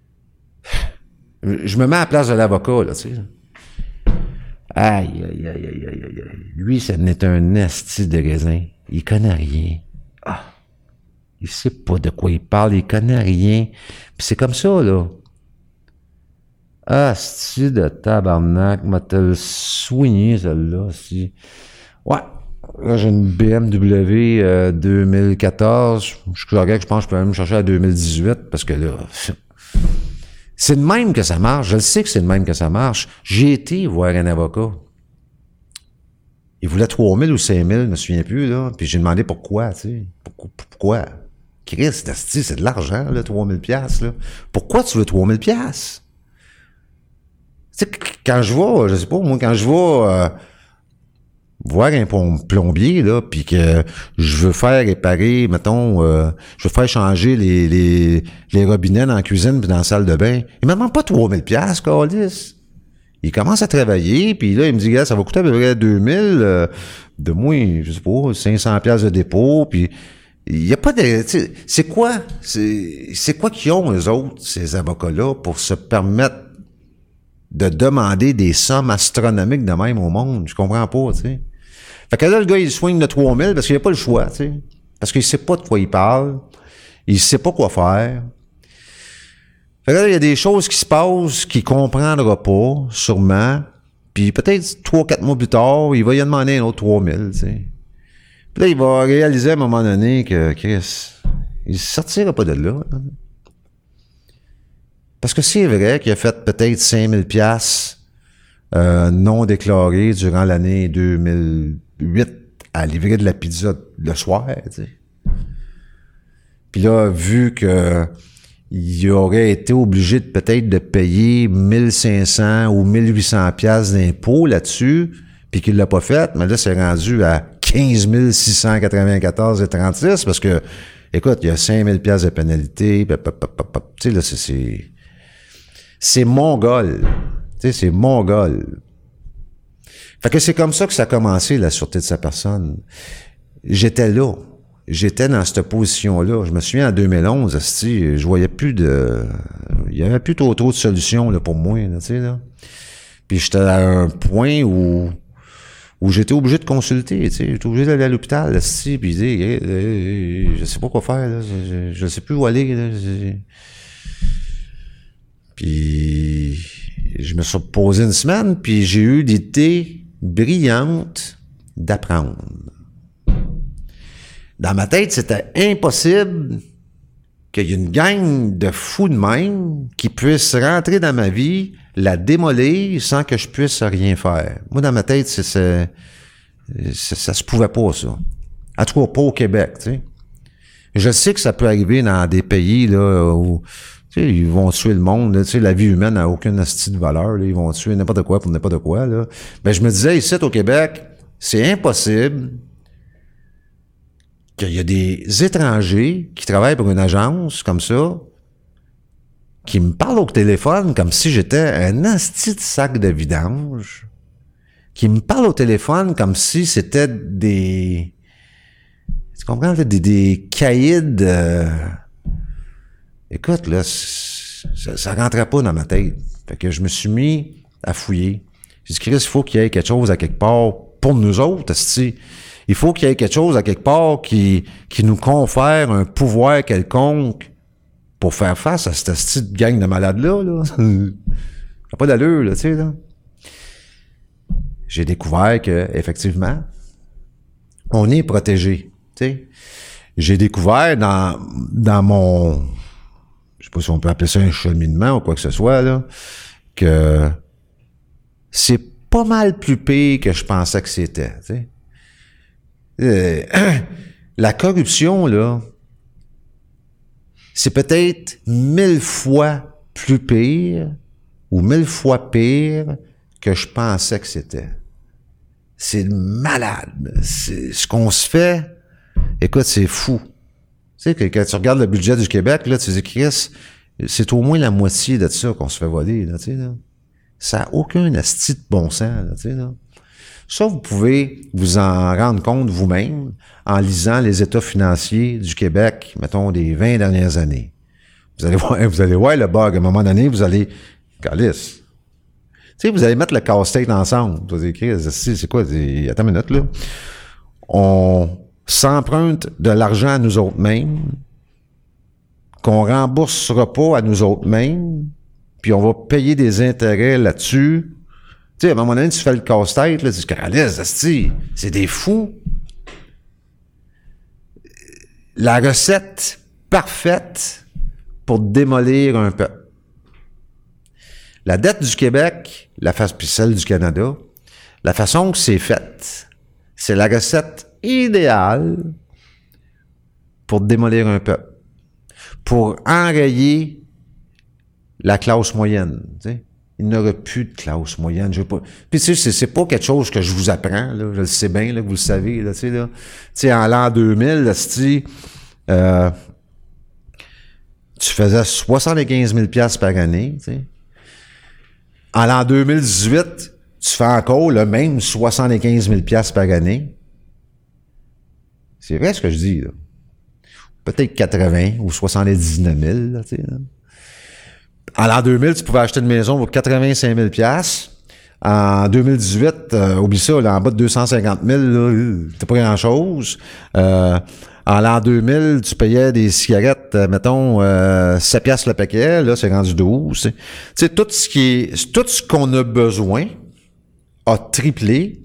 Je me mets à la place de l'avocat, là, tu sais. Aïe, aïe, aïe, aïe, aïe, aïe. Lui, ça n'est un esti de raisin. Il connaît rien. Ah. Il sait pas de quoi il parle, il connaît rien. Puis c'est comme ça, là. Ah, esti de tabarnak, m'a te le soigné, celle-là, si. Ouais. Là, j'ai une B M W euh, deux mille quatorze. Je suis correct, je pense que je peux même me chercher à deux mille dix-huit, parce que là, c'est de même que ça marche. Je le sais que c'est de même que ça marche. J'ai été voir un avocat. Il voulait trois mille ou cinq mille, je me souviens plus, là. Puis j'ai demandé pourquoi, tu sais. Pourquoi? pourquoi? Christ, c'est de l'argent, là, trois mille dollars, là. Pourquoi tu veux trois mille dollars? Tu sais, quand je vais, je sais pas, moi, quand je vais euh, voir un plombier, là, puis que je veux faire réparer, mettons, euh, je veux faire changer les, les, les robinets dans la cuisine puis dans la salle de bain, il me demande pas trois mille dollars, câlisse. Il commence à travailler, puis là, il me dit, gars, ça va coûter à peu près deux mille, euh, de moins, je sais pas, cinq cents dollars de dépôt, puis il y a pas de... C'est quoi? C'est, c'est quoi qu'ils ont, eux autres, ces avocats-là, pour se permettre de demander des sommes astronomiques de même au monde? Je comprends pas, tu sais. Fait que là, le gars, il soigne de trois mille parce qu'il n'a pas le choix, tu sais. Parce qu'il sait pas de quoi il parle. Il sait pas quoi faire. Fait que là, il y a des choses qui se passent qu'il comprendra pas, sûrement. Puis peut-être trois, quatre mois plus tard, il va y demander un autre trois mille, tu sais. Puis là, il va réaliser à un moment donné que Chris, il sortira pas de là. Hein. Parce que c'est vrai qu'il a fait peut-être cinq mille dollars euh, non déclarés durant l'année deux mille huit à livrer de la pizza le soir, tu sais. Puis là, vu que il aurait été obligé de peut-être de payer mille cinq cents ou mille huit cents dollars d'impôts là-dessus, puis qu'il l'a pas fait, mais là, c'est rendu à quinze mille six cent quatre-vingt-quatorze et trente-six parce que, écoute, il y a cinq mille dollars de pénalité, tu sais, là, c'est, c'est, c'est mongol. Tu sais, c'est mongol. Fait que c'est comme ça que ça a commencé, la sûreté de sa personne. J'étais là. J'étais dans cette position-là. Je me souviens, en deux mille onze, asti, je voyais plus de... Il y avait plus trop, trop de solutions là, pour moi, là, tu sais, là. Puis j'étais à un point où... où j'étais obligé de consulter, tu sais. J'étais obligé d'aller à l'hôpital, asti, puis dire, hey, hey, je sais pas quoi faire, là. Je, je sais plus où aller, là. Je... Puis... je me suis reposé une semaine, puis j'ai eu l'idée brillante d'apprendre. Dans ma tête, c'était impossible qu'il y ait une gang de fous de même qui puisse rentrer dans ma vie, la démolir sans que je puisse rien faire. Moi, dans ma tête, c'est, c'est, c'est, ça se pouvait pas, ça. En tout cas, pas au Québec, tu sais. Je sais que ça peut arriver dans des pays, là, où, tu sais, ils vont tuer le monde, là, tu sais, la vie humaine n'a aucune astuce de valeur, là, ils vont tuer n'importe quoi pour n'importe quoi, là. Ben, je me disais, ici, au Québec, c'est impossible qu'il y a des étrangers qui travaillent pour une agence comme ça, qui me parlent au téléphone comme si j'étais un asti de sac de vidange, qui me parlent au téléphone comme si c'était des... Tu comprends? Des, des caïds de... Écoute, là, ça, ça rentrait pas dans ma tête. Fait que je me suis mis à fouiller. J'ai dit, Chris, il faut qu'il y ait quelque chose à quelque part pour nous autres, asti. Il faut qu'il y ait quelque chose à quelque part qui, qui nous confère un pouvoir quelconque pour faire face à cette petite gang de malades-là, là. Ça n'a pas d'allure, là, tu sais, là. J'ai découvert que, effectivement, on est protégé, tu sais. J'ai découvert dans, dans mon, je sais pas si on peut appeler ça un cheminement ou quoi que ce soit, là, que c'est pas mal plus pire que je pensais que c'était, tu sais. Euh, la corruption, là, c'est peut-être mille fois plus pire ou mille fois pire que je pensais que c'était. C'est malade. C'est, ce qu'on se fait, écoute, c'est fou. Tu sais, que quand tu regardes le budget du Québec, là, tu te dis, Chris, c'est au moins la moitié de ça qu'on se fait voler, là, tu sais, là. Ça n'a aucun asti de bon sens, là, tu sais, là. Ça, vous pouvez vous en rendre compte vous-même en lisant les états financiers du Québec, mettons, des vingt dernières années. Vous allez voir, vous allez voir le bug. À un moment donné, vous allez... Calice. Tu sais, vous allez mettre le casse-tête ensemble. Vous allez écrire, c'est quoi? C'est, attends une minute, là. On s'emprunte de l'argent à nous autres mêmes, qu'on remboursera pas à nous autres mêmes, puis on va payer des intérêts là-dessus. Tu sais, à un moment donné, tu fais le casse-tête, là, tu dis, Calice, asti, c'est des fous. La recette parfaite pour démolir un peuple. La dette du Québec, la face puis celle du Canada, la façon que c'est fait, c'est la recette idéale pour démolir un peuple. Pour enrayer la classe moyenne, tu sais. Il n'y aurait plus de classe moyenne. Je veux pas. Puis tu sais, c'est, c'est pas quelque chose que je vous apprends, là. Je le sais bien, là, que vous le savez, là, tu sais, là. Tu sais, en l'an deux mille, là, tu euh, tu faisais soixante-quinze mille dollars par année, tu sais. En l'an deux mille dix-huit, tu fais encore le même soixante-quinze mille dollars par année. C'est vrai ce que je dis, là. Peut-être quatre-vingts ou soixante-dix-neuf mille, là, tu sais, là. En l'an deux mille, tu pouvais acheter une maison pour quatre-vingt-cinq mille dollars. En deux mille dix-huit, euh, oublie ça, là, en bas de deux cent cinquante mille, là, c'était pas grand-chose. Euh, en l'an deux mille, tu payais des cigarettes, euh, mettons, euh, sept piastres le paquet, là, c'est rendu douze. Tu sais, tout ce qui est, tout ce qu'on a besoin a triplé.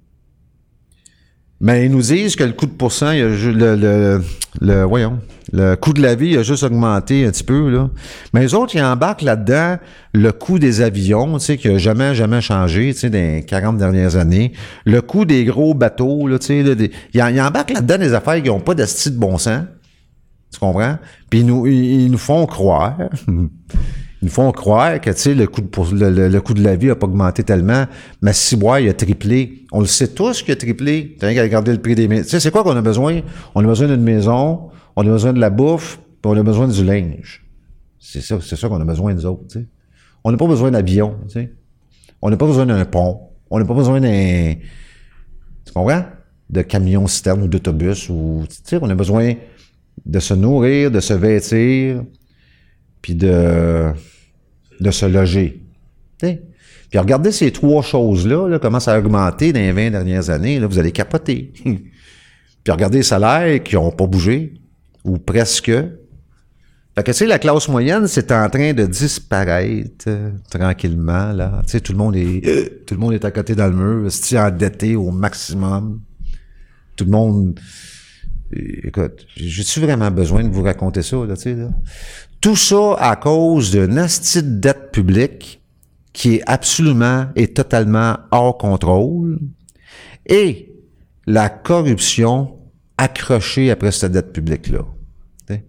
Mais ils nous disent que le coût de pourcent, il y a le, le, le, voyons, le coût de la vie a juste augmenté un petit peu, là. Mais les autres, ils embarquent là-dedans le coût des avions, tu sais, qui a jamais, jamais changé, tu sais, dans les quarante dernières années. Le coût des gros bateaux, là, tu sais, là, des, ils, ils embarquent là-dedans des affaires qui n'ont pas d'asti de bon sens. Tu comprends? Puis ils nous, ils, ils nous font croire, ils nous font croire que, tu sais, le coût de, pour, le, le, le coût de la vie a pas augmenté tellement, mais si, ouais, il a triplé. On le sait tous qu'il a triplé. T'as rien qu'à regarder le prix des maisons. Tu sais, c'est quoi qu'on a besoin? On a besoin d'une maison, on a besoin de la bouffe, puis on a besoin du linge. C'est ça, c'est ça qu'on a besoin, nous autres, tu sais. On n'a pas besoin d'avion, tu sais. On n'a pas besoin d'un pont. On n'a pas besoin d'un... Tu comprends? De camions citernes ou d'autobus. Ou, tu sais, on a besoin de se nourrir, de se vêtir, puis de, de se loger. Tu sais? Puis regardez ces trois choses-là, là, comment ça a augmenté dans les vingt dernières années, là, vous allez capoter. Puis regardez les salaires qui n'ont pas bougé, ou presque. Fait que, tu sais, la classe moyenne, c'est en train de disparaître euh, tranquillement, là. Tu sais, tout le monde est euh, tout le monde est à côté dans le mur, c'est endetté au maximum. Tout le monde... Écoute, j'ai-tu vraiment besoin de vous raconter ça, là, tu sais, là? Tout ça à cause d'une asti de dette publique qui est absolument et totalement hors contrôle, et la corruption accrochée après cette dette publique-là. Tu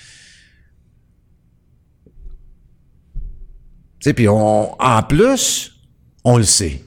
sais, puis on, en plus, on le sait.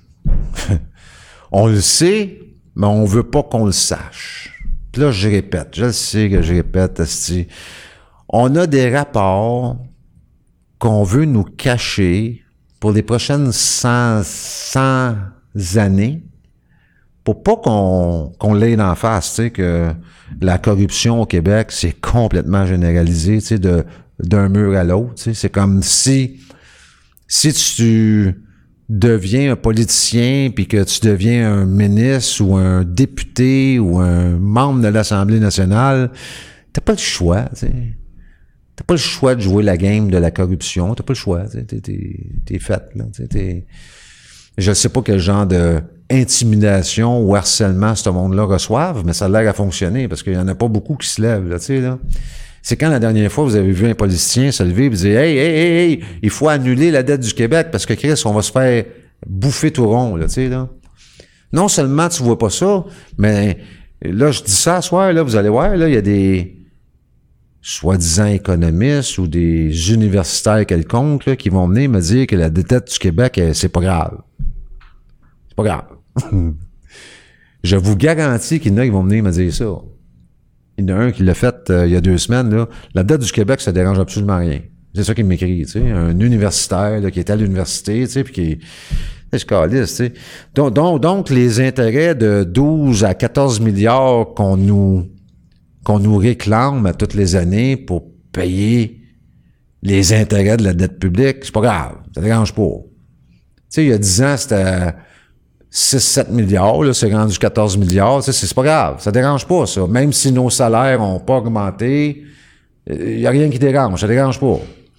On le sait, mais on veut pas qu'on le sache. Puis là, je répète, je le sais que je répète, asti. On a des rapports qu'on veut nous cacher pour les prochaines cent, cent années, pour pas qu'on qu'on l'ait d'en face, tu sais, que la corruption au Québec, c'est complètement généralisé, tu sais, de, d'un mur à l'autre, tu sais. C'est comme si, si tu deviens un politicien, puis que tu deviens un ministre, ou un député, ou un membre de l'Assemblée nationale, t'as pas le choix, tu sais. T'as pas le choix de jouer la game de la corruption. T'as pas le choix. T'es, t'es, t'es fait, là. T'es, je sais pas quel genre de intimidation ou harcèlement ce monde-là reçoivent, mais ça a l'air à fonctionner parce qu'il y en a pas beaucoup qui se lèvent, là, tu sais, là. C'est quand la dernière fois vous avez vu un politicien se lever et dire « Hey, hey, hey, hey, il faut annuler la dette du Québec parce que Chris, on va se faire bouffer tout rond, là, tu sais, là. » Non seulement tu vois pas ça, mais là, je dis ça ce soir, là, vous allez voir, là, il y a des soi-disant économistes ou des universitaires quelconques là, qui vont venir me dire que la dette du Québec, c'est pas grave. C'est pas grave. Je vous garantis qu'il y en a qui vont venir me dire ça. Il y en a un qui l'a fait euh, il y a deux semaines. Là. La dette du Québec, ça dérange absolument rien. C'est ça qu'il m'écrit, tu sais. Un universitaire là, qui est à l'université, tu sais, puis qui... Je calisse, tu sais. Donc, donc, donc, les intérêts de douze à quatorze milliards qu'on nous... qu'on nous réclame à toutes les années pour payer les intérêts de la dette publique, c'est pas grave, ça dérange pas. Tu sais, il y a dix ans, c'était six à sept milliards, là, c'est rendu quatorze milliards, tu sais, c'est pas grave, ça dérange pas, ça. Même si nos salaires ont pas augmenté, il y a rien qui dérange, ça dérange pas.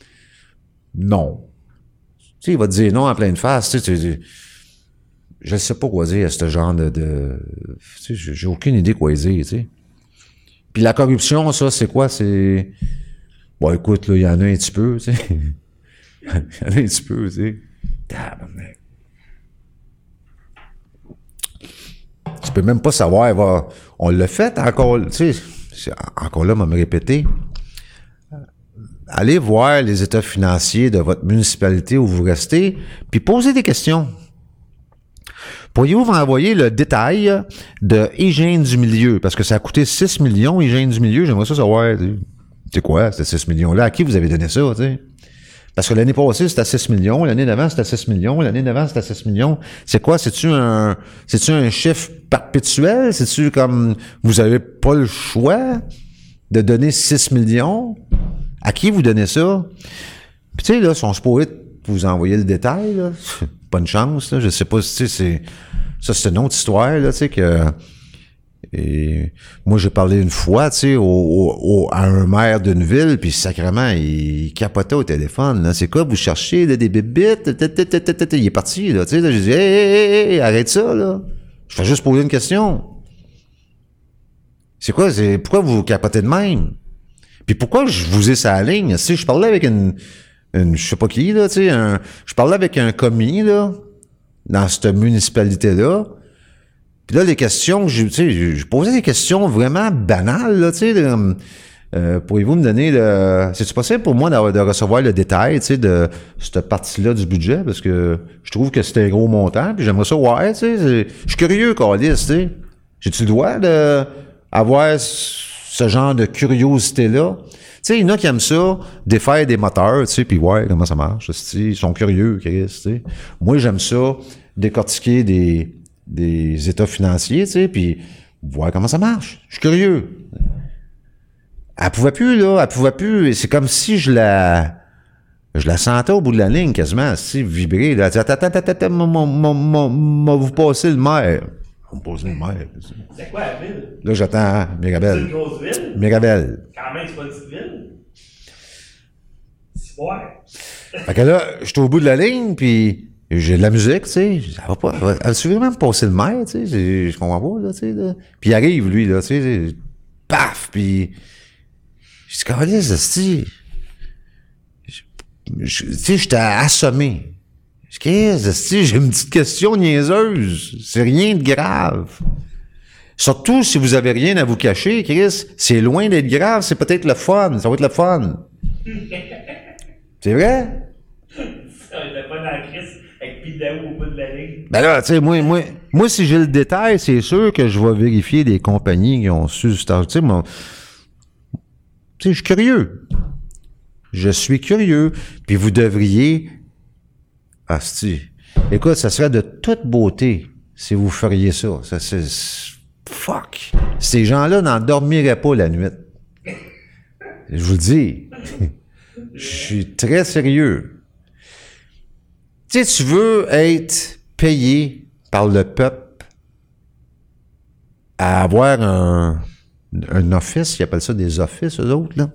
Non. Tu sais, il va te dire non en pleine face, tu sais, tu, je sais pas quoi dire à ce genre de... de tu sais, j'ai aucune idée quoi dire, tu sais. Puis la corruption, ça, c'est quoi? C'est... Bon, écoute, là, il y en a un petit peu, tu sais. Il y en a un petit peu, tu sais. Tabarnak. Tu peux même pas savoir, va... on l'a fait encore, tu sais, encore là, on va me répéter. Allez voir les états financiers de votre municipalité où vous restez, puis posez des questions. Pourriez-vous m'envoyer le détail de hygiène du milieu? Parce que ça a coûté six millions, hygiène du milieu. J'aimerais ça savoir, c'est quoi, ces six millions-là? À qui vous avez donné ça, tu sais? Parce que l'année passée, c'était à six millions. L'année d'avant, c'était à six millions. L'année d'avant, c'était à six millions. C'est quoi? C'est-tu un, c'est-tu un chiffre perpétuel? C'est-tu comme, vous avez pas le choix de donner six millions? À qui vous donnez ça? Puis tu sais, là, sont supposés vous envoyer le détail, là. Pas une chance, là. Je sais pas si, tu sais, c'est, ça, c'est une autre histoire, là, tu sais, que, et moi, j'ai parlé une fois, tu sais, au, au, à un maire d'une ville, puis sacrément, il capotait au téléphone, là. C'est quoi, vous cherchez, là, des bébites? Il est parti, là, tu sais, là. J'ai dit, hey, hey, hey, arrête ça, là. Je fais juste poser une question. C'est quoi, c'est, pourquoi vous capotez de même? Puis pourquoi je vous ai ça à la ligne? Si je parlais avec une, une, je sais pas qui, là, tu sais, un, je parlais avec un commis, là, dans cette municipalité-là. Puis là, les questions, tu sais, je posais des questions vraiment banales, là, tu sais, de, euh, pourriez-vous me donner le, c'est-tu possible pour moi de, de recevoir le détail, tu sais, de cette partie-là du budget, parce que je trouve que c'était un gros montant, puis j'aimerais ça, ouais, tu sais, je suis curieux, Carlis, tu sais. J'ai-tu le droit de avoir ce genre de curiosité-là? Tu sais, il y en a qui aiment ça, défaire des moteurs, tu sais, puis ouais, comment ça marche, ils sont curieux, Chris, tu sais. Moi, j'aime ça, décortiquer des, des états financiers, tu sais, puis voir comment ça marche. Je suis curieux. Elle pouvait plus, là, elle pouvait plus. C'est comme si je la... Je la sentais au bout de la ligne, quasiment, si vibrer. Là. Elle dit, attends, attends, attends, attends, m'a vous passer le maire. On me pose le maire. C'est quoi la ville? Là, j'attends Mirabel. C'est une grosse ville? Mirabel. Quand même, c'est pas une petite ville. C'est ouais. Fait que là, je suis au bout de la ligne, puis j'ai de la musique, tu sais. Ça va pas. Elle va vraiment me passer le maire, tu sais. Je comprends pas, là, tu sais. Là. Puis il arrive, lui, là, tu sais. Paf! Puis. Je dis, câlisse, esti. Tu sais, j'étais assommé. Je dis, qu'est-ce, esti, j'ai une petite question niaiseuse. C'est rien de grave. Surtout si vous avez rien à vous cacher, Chris, c'est loin d'être grave, c'est peut-être le fun. Ça va être le fun. C'est vrai? Ça va être le fun dans la crise avec Pidaou au bout de la ligne. Ben là, tu sais, moi, moi, moi, si j'ai le détail, c'est sûr que je vais vérifier les compagnies qui ont su ce temps. Tu sais, mon. Tu sais, je suis curieux. Je suis curieux. Puis vous devriez... Asti. Écoute, ça serait de toute beauté si vous feriez ça. Ça c'est... Fuck. Ces gens-là n'en dormiraient pas la nuit. Je vous le dis. Je suis très sérieux. Tu sais, tu veux être payé par le peuple à avoir un... un office, ils appellent ça des offices, eux autres, là,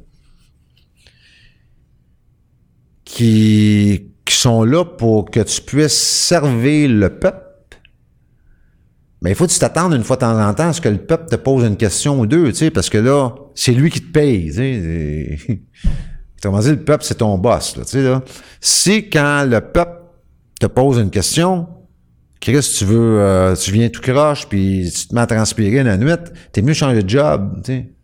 qui, qui sont là pour que tu puisses servir le peuple. Mais il faut que tu t'attendes une fois de temps en temps à ce que le peuple te pose une question ou deux, tu sais, parce que là, c'est lui qui te paye, tu sais. Comment dire, le peuple, c'est ton boss, là, tu sais, là. Si quand le peuple te pose une question, Chris, tu veux, euh, tu viens tout croche, puis tu te mets à transpirer la nuit, t'es mieux changer de job, tu sais.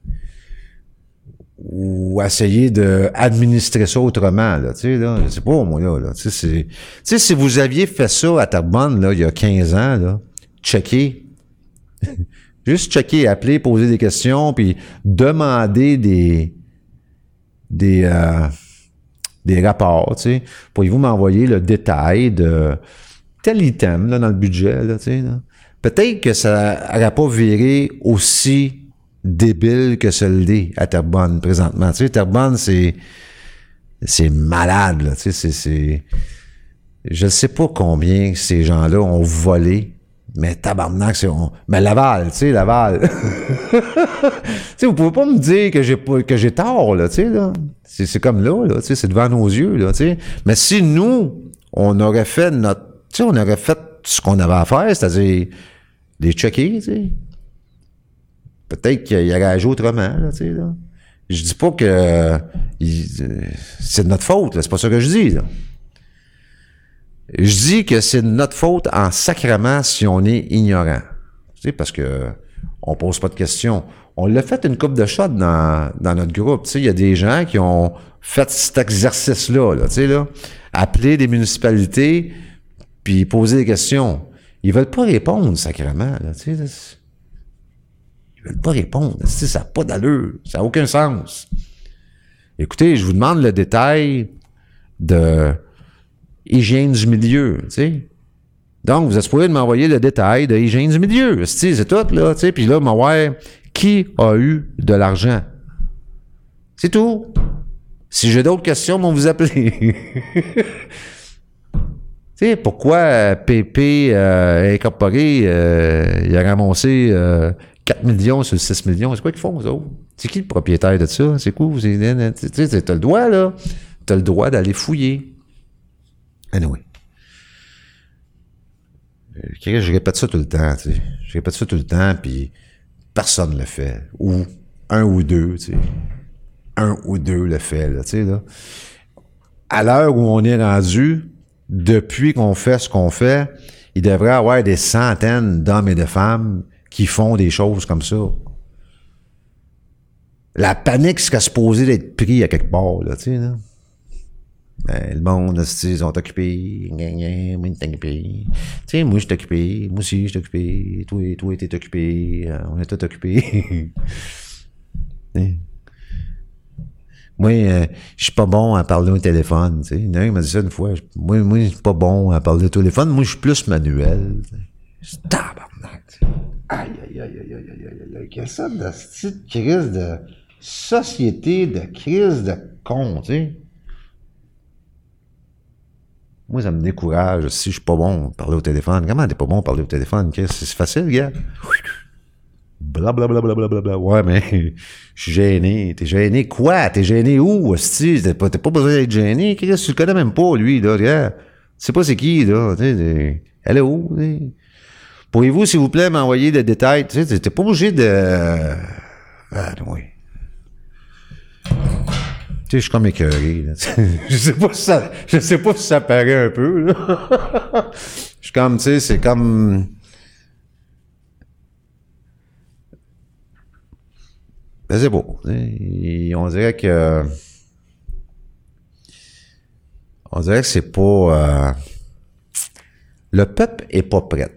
Ou essayer de administrer ça autrement, là, tu sais, là. Je sais pas, moi, là, là. Tu sais, c'est, tu sais, si vous aviez fait ça à Terrebonne, là, il y a quinze ans, là, checker. Juste checker, appeler, poser des questions, puis demander des, des, euh, des rapports, tu sais. Pourriez-vous m'envoyer le détail de tel item, là, dans le budget, là, tu sais, là. Peut-être que ça n'aurait pas viré aussi débile que ce l'est à Terrebonne, présentement. Tu sais, Terrebonne, c'est, c'est malade, là, tu sais, c'est, c'est, je ne sais pas combien ces gens-là ont volé, mais tabarnak, c'est, on, mais Laval, tu sais, Laval. Tu sais, vous pouvez pas me dire que j'ai pas, que j'ai tort, là, tu sais, là. C'est, c'est comme là, là, tu sais, c'est devant nos yeux, là, tu sais. Mais si nous, on aurait fait notre, tu sais, on aurait fait ce qu'on avait à faire, c'est-à-dire les checker, tu sais. Peut-être qu'il aurait agi autrement, là, tu sais, là. Je dis pas que euh, il, euh, c'est de notre faute, là, c'est pas ça que je dis, là. Je dis que c'est de notre faute en sacrement si on est ignorant. Tu sais, parce que on pose pas de questions. On l'a fait une couple de shots dans, dans notre groupe. Tu sais, il y a des gens qui ont fait cet exercice-là, là, tu sais, là. Appeler des municipalités, puis poser des questions. Ils veulent pas répondre, sacrément, là, tu sais, là. Ils veulent pas répondre. Tu sais, ça n'a pas d'allure. Ça n'a aucun sens. Écoutez, je vous demande le détail de hygiène du milieu, tu sais. Donc, vous êtes supposé de m'envoyer le détail de hygiène du milieu. Tu sais, c'est tout, là, tu sais. Puis là, m'envoyer qui a eu de l'argent. C'est tout. Si j'ai d'autres questions, on va vous appeler. Tu sais, pourquoi P P euh, Incorporé, euh, il a ramassé euh, quatre millions sur six millions? C'est quoi qu'ils font, eux autres? C'est qui le propriétaire de ça? C'est quoi? Tu sais, t'as le droit, là. T'as le droit d'aller fouiller. Anyway. Je répète ça tout le temps, tu sais. Je répète ça tout le temps, puis personne ne le fait. Ou un ou deux, tu sais. Un ou deux le fait, là, tu sais, là. À l'heure où on est rendu, depuis qu'on fait ce qu'on fait, il devrait y avoir des centaines d'hommes et de femmes qui font des choses comme ça. La panique serait supposée d'être pris à quelque part, là, tu sais, là. Ben, le monde, ils sont occupés. Moi, je suis occupé. Tu sais, moi, je suis occupé. Moi aussi, je suis occupé. Toi, toi, t'es occupé. On est tous occupés. Moi, euh, je suis pas bon à parler au téléphone, tu sais. Il y en a un qui m'a dit ça une fois. Moi, moi, je suis pas bon à parler au téléphone. Moi, je suis plus manuel. C'est tabarnak, tu sais. Aïe, aïe, aïe, aïe, aïe, aïe, aïe, aïe. Quelle sorte de petite crise de société, de crise de con, tu sais. Moi, ça me décourage si je suis pas bon à parler au téléphone. Comment t'es pas bon à parler au téléphone? C'est facile, gars. Blablabla. Bla, bla, bla, bla. Ouais, mais je suis gêné. T'es gêné quoi? T'es gêné où? Hostie? T'as pas, t'as pas besoin d'être gêné. Chris, tu le connais même pas, lui, là. Regarde. Tu sais pas c'est qui, là. T'sais, elle est où? T'sais. Pourriez-vous, s'il vous plaît, m'envoyer des détails? Tu sais, t'es pas obligé de... Ah, oui. Tu sais, je suis comme écœuré, là. je sais pas si ça... Je sais pas si ça paraît un peu, là. Je suis comme, tu sais, c'est comme... Ben, c'est beau. Et on dirait que... On dirait que c'est pas... Euh, le peuple est pas prêt.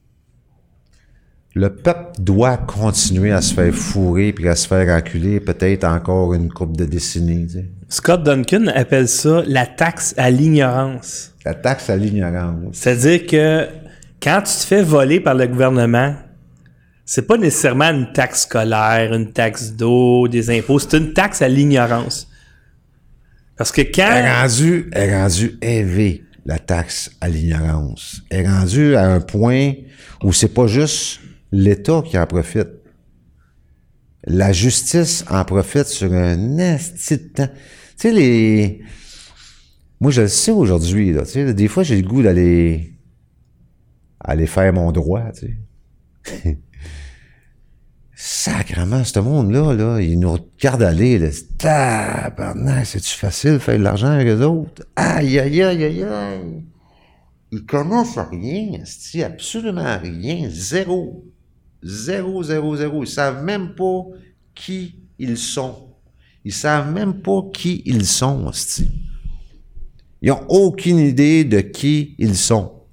Le peuple doit continuer à se faire fourrer puis à se faire enculer peut-être encore une couple de décennies. Tu sais. Scott Duncan appelle ça la taxe à l'ignorance. La taxe à l'ignorance. C'est-à-dire que quand tu te fais voler par le gouvernement, c'est pas nécessairement une taxe scolaire, une taxe d'eau, des impôts, c'est une taxe à l'ignorance. Parce que quand... Elle est rendue, elle est rendue élevée, la taxe à l'ignorance. Elle est rendue à un point où c'est pas juste l'État qui en profite. La justice en profite sur un esti de temps. Tu sais, les... Moi, je le sais aujourd'hui, là. Tu sais, des fois, j'ai le goût d'aller... aller faire mon droit, tu sais. Sacrement, ce monde-là, là, ils nous regardent aller, là. Tabarnak, c'est-tu facile de faire de l'argent avec eux autres? Aïe, aïe, aïe, aïe, aïe. Ils connaissent rien, c'est absolument rien. Zéro. Zéro, zéro, zéro. Ils savent même pas qui ils sont. Ils savent même pas qui ils sont, c'est. Ils ont aucune idée de qui ils sont.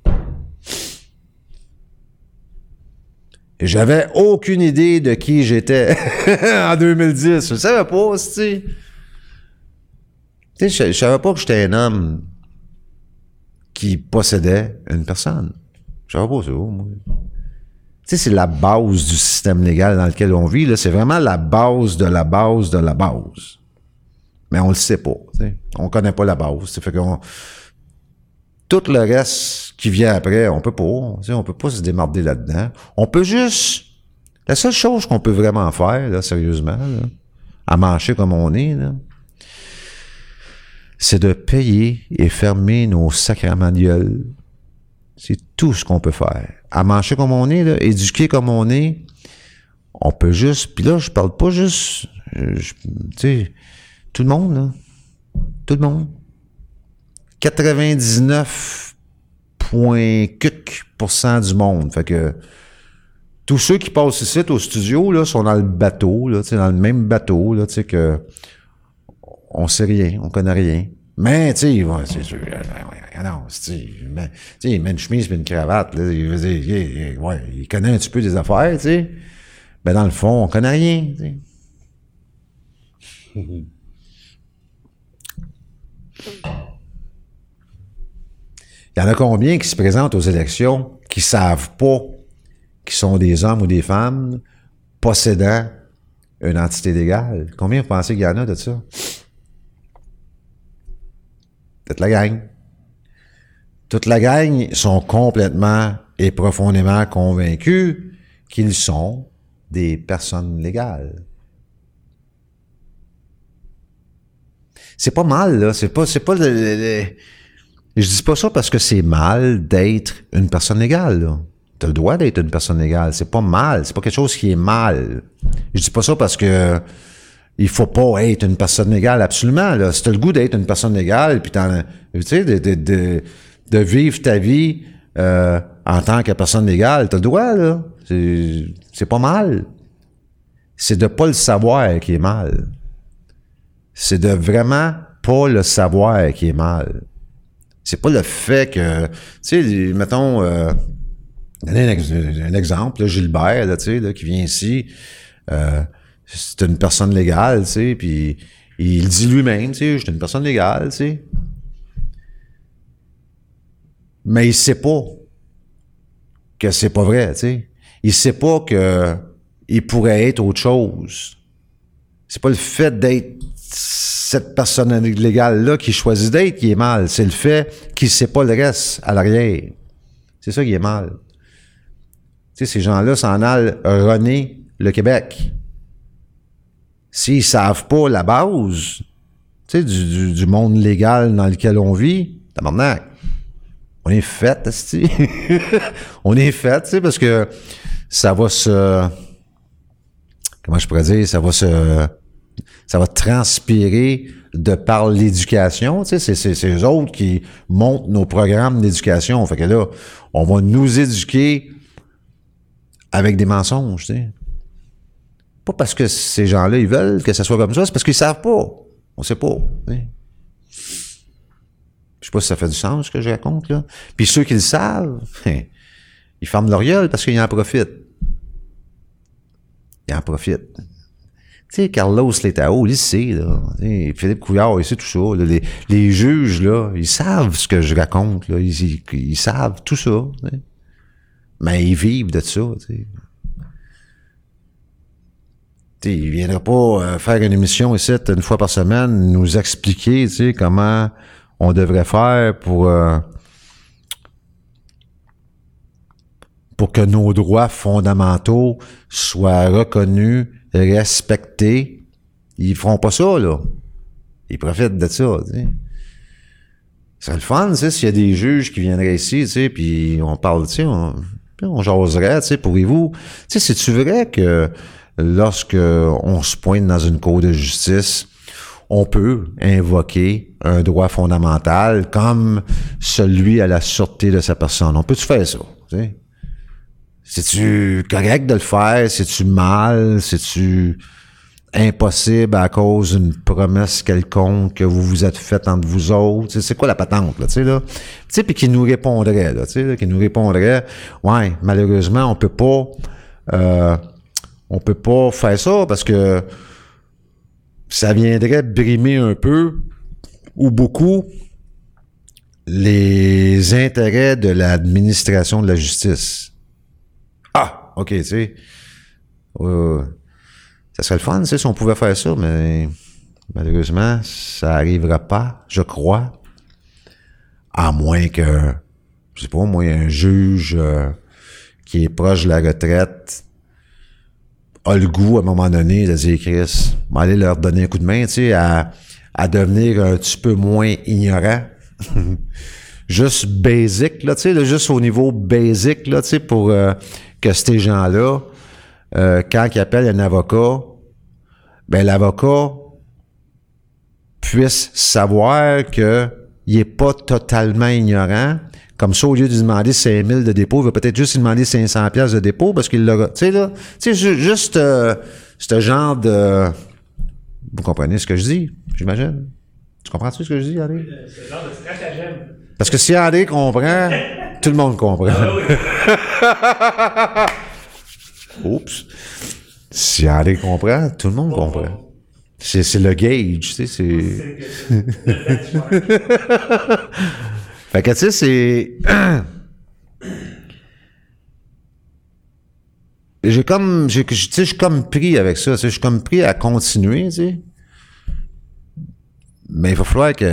Et j'avais aucune idée de qui j'étais en deux mille dix. Je savais pas, c'est. Tu sais, je, je savais pas que j'étais un homme qui possédait une personne. Je savais pas ça, moi. Tu sais, c'est la base du système légal dans lequel on vit, là. C'est vraiment la base de la base de la base. Mais on le sait pas, tu sais. On connaît pas la base. Ça fait qu'on... Tout le reste qui vient après, on peut pas, tu sais, on peut pas se démarder là-dedans. On peut juste... La seule chose qu'on peut vraiment faire, là, sérieusement, là, à marcher comme on est, là, c'est de payer et fermer nos sacrements de gueule. C'est tout ce qu'on peut faire. À marcher comme on est, là, éduquer comme on est, on peut juste... Puis là, je parle pas juste... Tu sais, tout le monde, là. Tout le monde. quatre-vingt-dix-neuf virgule quatre pour cent du monde. Fait que tous ceux qui passent ici au studio, là, sont dans le bateau, là, tu sais, dans le même bateau, là, tu sais, que on sait rien, on connaît rien. Mais, tu sais, ouais, c'est sûr, non, tu sais, il met une chemise et une cravate, là, il veut dire, il, ouais, il connaît un petit peu des affaires, tu sais. Ben, dans le fond, on connaît rien, tu sais. Il y en a combien qui se présentent aux élections qui savent pas qu'ils sont des hommes ou des femmes possédant une entité légale? Combien vous pensez qu'il y en a de ça? Toute la gang. Toute la gang sont complètement et profondément convaincus qu'ils sont des personnes légales. C'est pas mal, là. C'est pas, c'est pas le, le, le... Je dis pas ça parce que c'est mal d'être une personne légale, là. T'as le droit d'être une personne légale. C'est pas mal. C'est pas quelque chose qui est mal. Je dis pas ça parce que il faut pas être une personne légale, absolument, là. Si t'as le goût d'être une personne légale, puis t'en, tu sais, de, de, de, de vivre ta vie, euh, en tant que personne légale, t'as le droit, là. C'est, c'est pas mal. C'est de pas le savoir qui est mal. C'est de vraiment pas le savoir qui est mal. C'est pas le fait que, tu sais, mettons, euh, donner un, un exemple, là, Gilbert, là, tu sais, là, qui vient ici, euh, c'est une personne légale, tu sais, puis Il dit lui-même, tu sais, je suis une personne légale, tu sais. Mais il sait pas que c'est pas vrai, tu sais. Il sait pas que il pourrait être autre chose. C'est pas le fait d'être cette personne légale-là qui choisit d'être qui est mal. C'est le fait qu'il sait pas le reste à l'arrière. C'est ça qui est mal. Tu sais, ces gens-là s'en allent runner le Québec. S'ils savent pas la base, tu sais, du, du, du monde légal dans lequel on vit, tabarnak, on est fait, esti. On est fait, tu sais, parce que ça va se... Comment je pourrais dire? Ça va se... Ça va transpirer de par l'éducation, tu sais, c'est, c'est, c'est eux autres qui montent nos programmes d'éducation. Fait que là, on va nous éduquer avec des mensonges, tu sais. Pas parce que ces gens-là, ils veulent que ça soit comme ça, c'est parce qu'ils savent pas. On sait pas, tu sais. Je sais pas si ça fait du sens, ce que je raconte, là. Puis ceux qui le savent, ils ferment leur gueule parce qu'ils en profitent. Ils en profitent. Tu sais, Carlos Letao, il sait, là. T'sais, Philippe Couillard, il sait tout ça. Là. Les, les juges, là, ils savent ce que je raconte, là. Ils, ils, ils savent tout ça. T'sais. Mais ils vivent de ça, tu sais. T'sais, ils viendraient pas euh, faire une émission ici une fois par semaine, nous expliquer, tu sais, comment on devrait faire pour euh, pour que nos droits fondamentaux soient reconnus, respectés. Ils feront pas ça, là. Ils profitent de ça, tu sais. C'est le fun, tu sais, s'il y a des juges qui viendraient ici, tu sais, puis on parle, tu sais, on, on jaserait, tu sais, pourriez-vous... Tu sais, c'est-tu vrai que lorsque on se pointe dans une cour de justice, on peut invoquer un droit fondamental comme celui à la sûreté de sa personne? On peut-tu faire ça, tu sais? C'est-tu correct de le faire? C'est-tu mal? C'est-tu impossible à cause d'une promesse quelconque que vous vous êtes faite entre vous autres? T'sais, c'est quoi la patente, là, tu sais, là? Tu sais, puis qui nous répondrait, là, tu sais, qui nous répondrait, ouais, malheureusement, on peut pas, euh, on peut pas faire ça parce que ça viendrait brimer un peu ou beaucoup les intérêts de l'administration de la justice. Ah, OK, tu sais. Euh, ça serait le fun, tu sais, si on pouvait faire ça, mais malheureusement, ça n'arrivera pas, je crois. À moins que, je sais pas, moi, un juge euh, qui est proche de la retraite a le goût, à un moment donné, de dire, Chris, aller leur donner un coup de main, tu sais, à, à devenir un petit peu moins ignorant. Juste basic, là, tu sais, là, juste au niveau basic, là, tu sais, pour euh, que ces gens-là, euh, quand ils appellent un avocat, ben l'avocat puisse savoir que il est pas totalement ignorant. Comme ça, au lieu de lui demander cinq mille de dépôt, il va peut-être juste lui demander cinq cents piastres de dépôt parce qu'il l'aura. Tu sais, là, tu sais, juste euh, ce genre de... Vous comprenez ce que je dis, j'imagine? Tu comprends-tu ce que je dis, André? C'est le genre de stratagème. Parce que si André comprend, tout le monde comprend. Ah oui. Oups. Si André comprend, tout le monde comprend. C'est, c'est le gauge, tu sais, c'est... Fait que, tu sais, c'est... j'ai comme... J'ai, tu sais, je suis comme pris avec ça, tu sais, je suis comme pris à continuer, tu sais. Mais il va falloir que...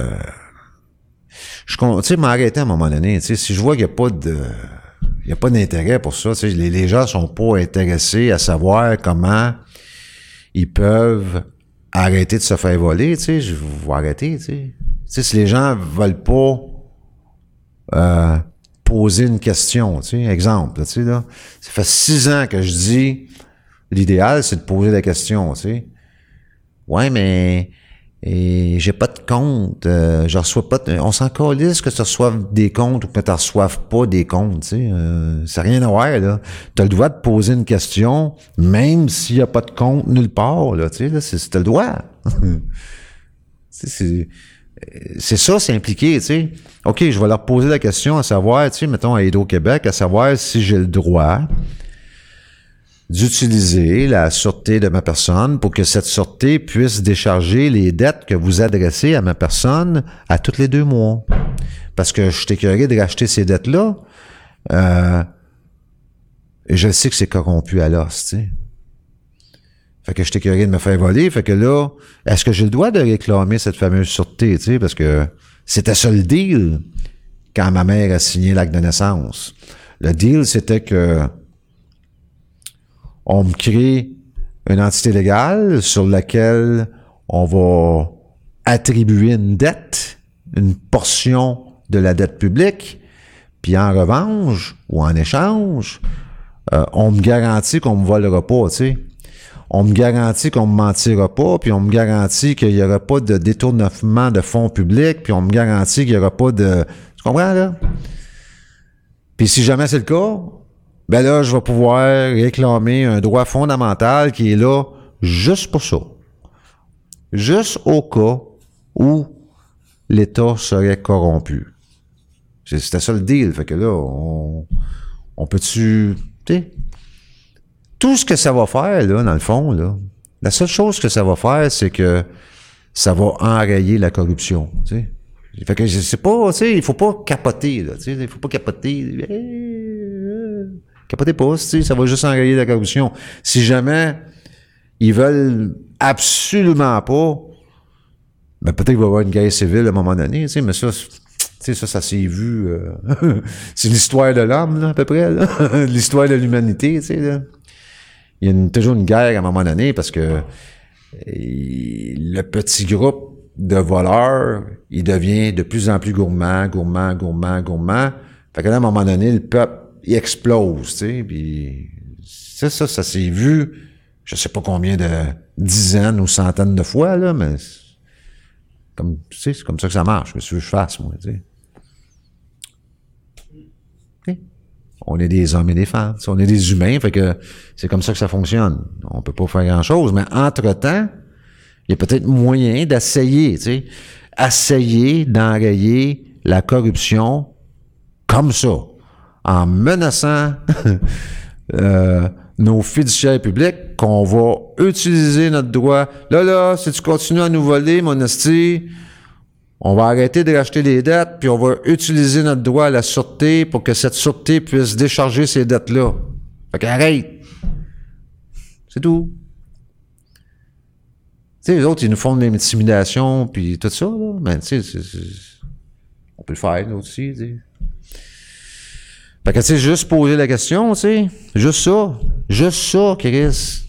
Je, tu sais, m'arrêter à un moment donné, tu sais, si je vois qu'il n'y a pas de... Il n'y a pas d'intérêt pour ça, tu sais, les, les gens sont pas intéressés à savoir comment ils peuvent arrêter de se faire voler, tu sais, je vais arrêter, tu sais. Tu sais, si les gens veulent pas euh, poser une question, tu sais, exemple, tu sais, là, ça fait six ans que je dis, l'idéal, c'est de poser la question, tu sais. Ouais, mais et j'ai pas de compte, euh, je reçois pas de, on s'en calisse que tu reçoives des comptes ou que tu reçoives pas des comptes, tu sais, euh, ça n'a rien à voir, là. T'as le droit de poser une question, même s'il y a pas de compte nulle part, là, tu sais, là, c'est, c'est t'as le droit. c'est, c'est, c'est ça, c'est impliqué, tu sais. OK, je vais leur poser la question à savoir, tu sais, mettons à Hydro-Québec, à savoir si j'ai le droit d'utiliser la sûreté de ma personne pour que cette sûreté puisse décharger les dettes que vous adressez à ma personne à tous les deux mois. Parce que je suis écœuré de racheter ces dettes-là. Euh, et je sais que c'est corrompu à l'os, tu sais. Fait que je suis écœuré de me faire voler. Fait que là, est-ce que j'ai le droit de réclamer cette fameuse sûreté, tu sais? Parce que c'était ça le deal quand ma mère a signé l'acte de naissance. Le deal, c'était que on me crée une entité légale sur laquelle on va attribuer une dette, une portion de la dette publique, puis en revanche, ou en échange, euh, on me garantit qu'on me volera pas, tu sais. On me garantit qu'on me mentira pas, puis on me garantit qu'il y aura pas de détournement de fonds publics, puis on me garantit qu'il y aura pas de... Tu comprends, là? Puis si jamais c'est le cas, ben là, je vais pouvoir réclamer un droit fondamental qui est là juste pour ça. Juste au cas où l'État serait corrompu. C'était ça le deal. Fait que là, on, on peut-tu... Tu sais, tout ce que ça va faire, là, dans le fond, là, la seule chose que ça va faire, c'est que ça va enrayer la corruption, tu sais. Fait que je sais pas, tu sais, il faut pas capoter, là, tu sais, il faut pas capoter. Capotez pas, tu sais, ça va juste enrayer la corruption. Si jamais ils veulent absolument pas, ben peut-être qu'il va y avoir une guerre civile à un moment donné, tu sais, mais ça, tu sais, ça, ça s'est vu. Euh, c'est l'histoire de l'homme, là, à peu près, là. L'histoire de l'humanité, tu sais, là. Il y a une, toujours une guerre à un moment donné parce que et, le petit groupe de voleurs, il devient de plus en plus gourmand, gourmand, gourmand, gourmand. Fait que là, à un moment donné, le peuple, il explose, tu sais, puis ça, ça, ça s'est vu, je sais pas combien de dizaines ou centaines de fois, là, mais comme, tu sais, c'est comme ça que ça marche, qu'est-ce que je fasse, moi, tu sais. Okay. On est des hommes et des femmes, on est des humains, fait que c'est comme ça que ça fonctionne. On peut pas faire grand-chose, mais entre-temps, il y a peut-être moyen d'essayer, tu sais, essayer d'enrayer la corruption comme ça, en menaçant euh, nos fiduciaires publics qu'on va utiliser notre droit. Là, là, si tu continues à nous voler, mon esti, on va arrêter de racheter des dettes, puis on va utiliser notre droit à la sûreté pour que cette sûreté puisse décharger ces dettes-là. Fait qu'arrête. C'est tout. Tu sais, les autres, ils nous font de l'intimidation, puis tout ça, là. Ben, tu sais, on peut le faire, nous aussi, tu sais. Fait que, tu sais, juste poser la question, tu sais. Juste ça. Juste ça, Chris.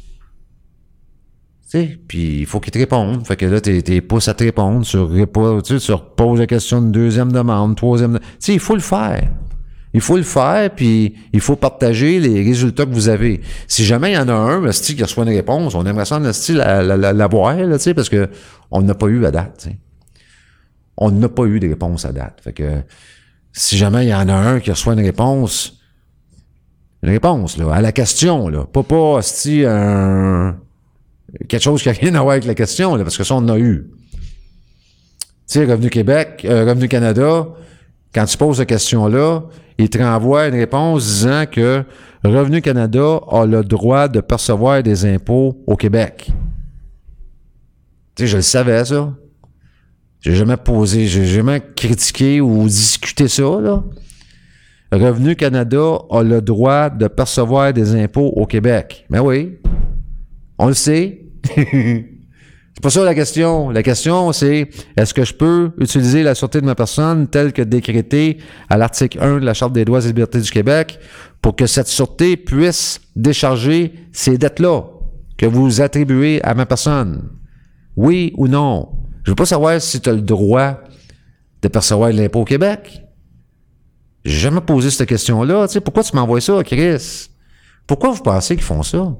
Tu sais, puis il faut qu'il te réponde. Fait que là, t'es, t'es pousse à te répondre. Tu, répo, tu sais, tu reposes la question d'une deuxième demande, troisième... Tu sais, il faut le faire. Il faut le faire, puis il faut partager les résultats que vous avez. Si jamais il y en a un, esti, qui reçoit une réponse, on aimerait ça, esti, la, la, la, la voir, là, tu sais, parce que on n'a pas eu à date, tu sais. On n'a pas eu de réponse à date. Fait que si jamais il y en a un qui reçoit une réponse, une réponse, là, à la question, là, pas pas, esti, un... quelque chose qui n'a rien à voir avec la question, là, parce que ça, on en a eu. Tu sais, Revenu Québec, euh, Revenu Canada, quand tu poses cette question-là, il te renvoie une réponse disant que Revenu Canada a le droit de percevoir des impôts au Québec. Tu sais, je le savais, ça. J'ai jamais posé, j'ai jamais critiqué ou discuté ça, là. Revenu Canada a le droit de percevoir des impôts au Québec. Ben oui. On le sait. C'est pas ça la question. La question, c'est est-ce que je peux utiliser la sûreté de ma personne telle que décrétée à l'article un de la Charte des droits et libertés du Québec pour que cette sûreté puisse décharger ces dettes-là que vous attribuez à ma personne? Oui ou non? Je veux pas savoir si tu as le droit de percevoir de l'impôt au Québec. J'ai jamais posé cette question-là. Tu sais, pourquoi tu m'envoies ça, Chris? Pourquoi vous pensez qu'ils font ça?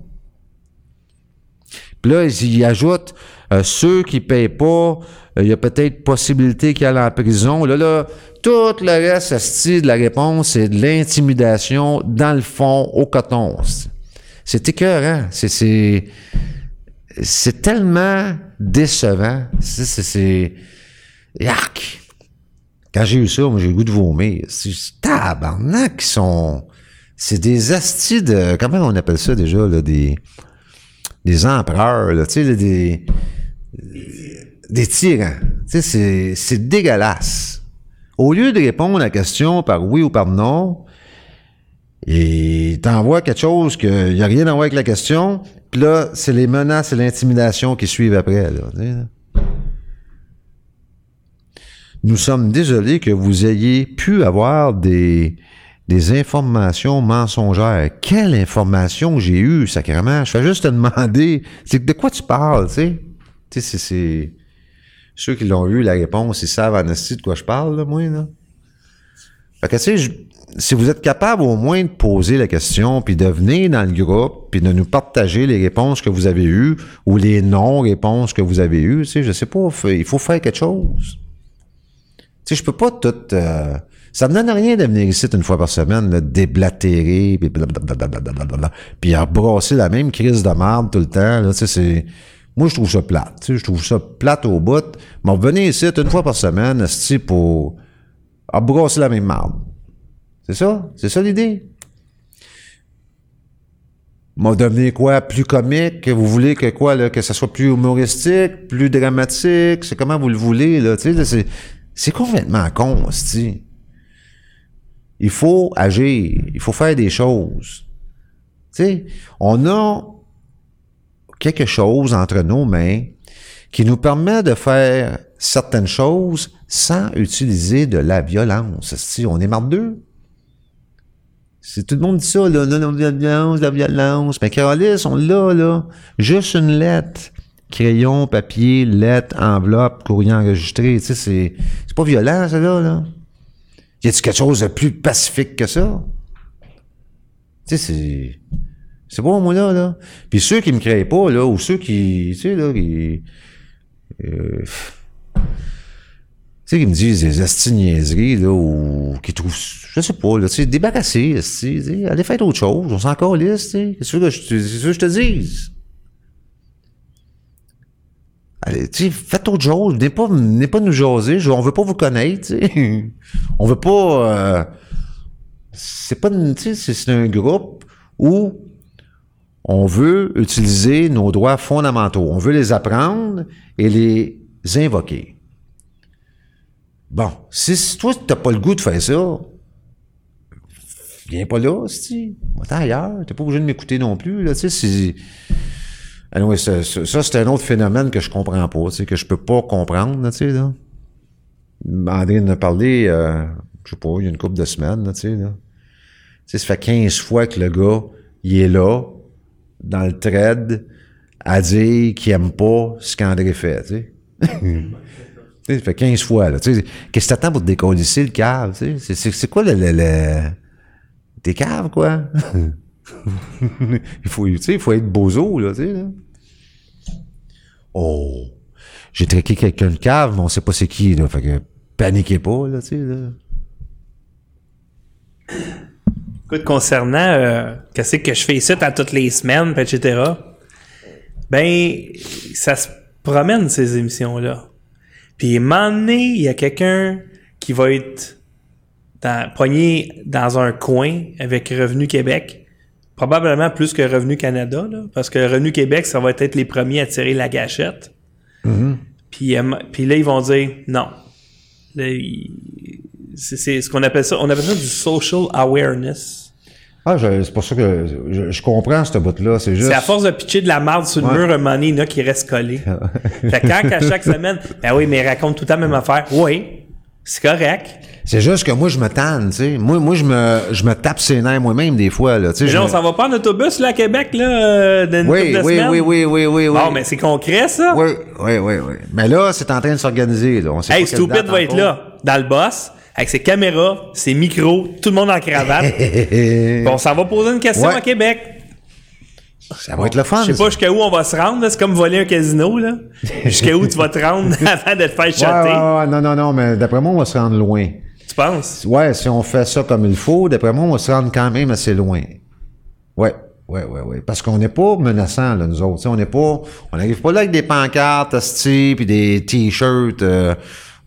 Puis là, ils ajoutent euh, ceux qui payent pas, il euh, y a peut-être possibilité qu'ils aillent en prison. Là, là, tout le reste, asti, de la réponse, c'est de l'intimidation dans le fond, au coton. C'est écœurant. C'est, c'est, c'est tellement décevant. C'est, c'est, c'est... Yark! Quand j'ai eu ça, moi, j'ai eu le goût de vomir. C'est tabarnak qui sont... c'est des astis de... Comment on appelle ça déjà, là? Des, des empereurs, là, tu sais, là, des... Des tyrans. Tu sais, c'est, c'est dégueulasse. Au lieu de répondre à la question par oui ou par non, et t'envoies quelque chose qu'il n'y a rien à voir avec la question, puis là, c'est les menaces et l'intimidation qui suivent après, là, tu sais, là. Nous sommes désolés que vous ayez pu avoir des, des informations mensongères. Quelle information j'ai eue, sacrément? Je fais juste te demander, c'est de quoi tu parles, tu sais? Tu sais, c'est, c'est... Ceux qui l'ont eu, la réponse, ils savent en esti de quoi je parle, là, moi, là. Fait que, tu sais, je, si vous êtes capable au moins de poser la question, puis de venir dans le groupe, puis de nous partager les réponses que vous avez eues, ou les non-réponses que vous avez eues, tu sais, je sais pas, il faut faire quelque chose. Tu sais, je peux pas tout... Euh, ça me donne rien de venir ici une fois par semaine, là, déblatérer, puis blablabla, puis à brasser la même crise de merde tout le temps, là, tu sais, c'est... Moi, je trouve ça plate, tu sais, je trouve ça plate au bout. Mais revenez ici une fois par semaine, esti, pour à brasser la même merde. C'est ça? C'est ça l'idée? M'a devenir quoi? Plus comique? Vous voulez que quoi, là? Que ça soit plus humoristique, plus dramatique? C'est comment vous le voulez, là? Tu sais, là, c'est... C'est complètement con, c'ti. Il faut agir. Il faut faire des choses. Tu sais, on a quelque chose entre nos mains qui nous permet de faire certaines choses sans utiliser de la violence. c'ti. On est marre d'eux. C'est, tout le monde dit ça, là, non, la violence, la violence. Mais Carolis, on l'a, là. Juste une lettre. Crayon, papier, lettre, enveloppe, courrier enregistré, tu sais, c'est, c'est pas violent, ça, là, là. Y a-t-il quelque chose de plus pacifique que ça? Tu sais, c'est, c'est pas moi, là, là. Puis ceux qui me créent pas, là, ou ceux qui, tu sais, là, qui, euh, tu sais, qui me disent des asti niaiseries, là, ou qui trouvent, je sais pas, là, tu sais, débarrasser, asti, tu sais, allez faire autre chose, on s'en calisse, tu sais, qu'est-ce que je, qu'est-ce que je te dise? Allez, tu sais, faites autre chose. Venez pas, venez pas nous jaser. On veut pas vous connaître, tu sais. On veut pas... Euh, c'est pas... Tu sais, c'est, c'est un groupe où on veut utiliser nos droits fondamentaux. On veut les apprendre et les invoquer. Bon, si, si toi, t'as pas le goût de faire ça, viens pas là, si. Va-t'en ailleurs. T'es pas obligé de m'écouter non plus, là, tu sais, c'est... Anyway, ça, ça, ça, c'est un autre phénomène que je comprends pas, tu sais, que je peux pas comprendre, tu sais, là. André en a parlé, euh, je sais pas, il y a une couple de semaines, tu sais, là. Tu sais, ça fait quinze fois que le gars, il est là, dans le thread, à dire qu'il aime pas ce qu'André fait, tu sais. Tu sais, ça fait quinze fois, là, tu sais. Qu'est-ce que t'attends pour te décoller le cave, tu sais? C'est, c'est, c'est quoi le, le, le... T'es cave, quoi? il faut, tu sais, il faut être bozo, là, tu sais, là. Oh, j'ai traqué quelqu'un de cave, mais on sait pas c'est qui, là. Fait que paniquez pas, là, tu sais, là. Écoute, concernant euh, qu'est-ce que je fais ici à toutes les semaines, et cetera, ben, ça se promène, ces émissions-là. Puis, à un moment donné, il y a quelqu'un qui va être dans, pogné dans un coin avec Revenu Québec. Probablement plus que Revenu Canada, là, parce que Revenu Québec, ça va être les premiers à tirer la gâchette. Mm-hmm. Puis, euh, puis là, ils vont dire non. Là, il, c'est, c'est ce qu'on appelle ça. On appelle ça du social awareness. Ah, je, c'est pour ça que je, je comprends ce bout-là. C'est juste. C'est à force de pitcher de la marde sur le ouais. mur, un moment donné, il y en a qui restent collés. Fait que quand, à chaque semaine, ben oui, mais il raconte tout le temps la même affaire. Oui, c'est correct. C'est juste que moi, je me tanne, tu sais. Moi, moi je me je me tape ses nerfs moi-même des fois, là. Mais là, me... on s'en va pas en autobus, là, à Québec, là, d'une oui, couple de oui, semaines? oui, oui, oui, oui, oui. Bon, mais c'est concret, ça? Oui, oui, oui, oui. Mais là, c'est en train de s'organiser, là. On sait hey, pas Stupid va être là, dans le boss, avec ses caméras, ses micros, tout le monde en cravate. Bon, on s'en va poser une question ouais. à Québec. Ça va être le fun. Je sais pas jusqu'à où on va se rendre, là. C'est comme voler un casino, là. Jusqu'à où tu vas te rendre avant de te faire shotter. Ouais, ouais, ouais, non, non, non, mais d'après moi, on va se rendre loin. Tu penses? Ouais, si on fait ça comme il faut, d'après moi, on va se rendre quand même assez loin. Ouais, ouais, ouais, ouais. Parce qu'on n'est pas menaçants, là, nous autres. T'sais, on n'est pas, on n'arrive pas là avec des pancartes, asti, puis des t-shirts, euh,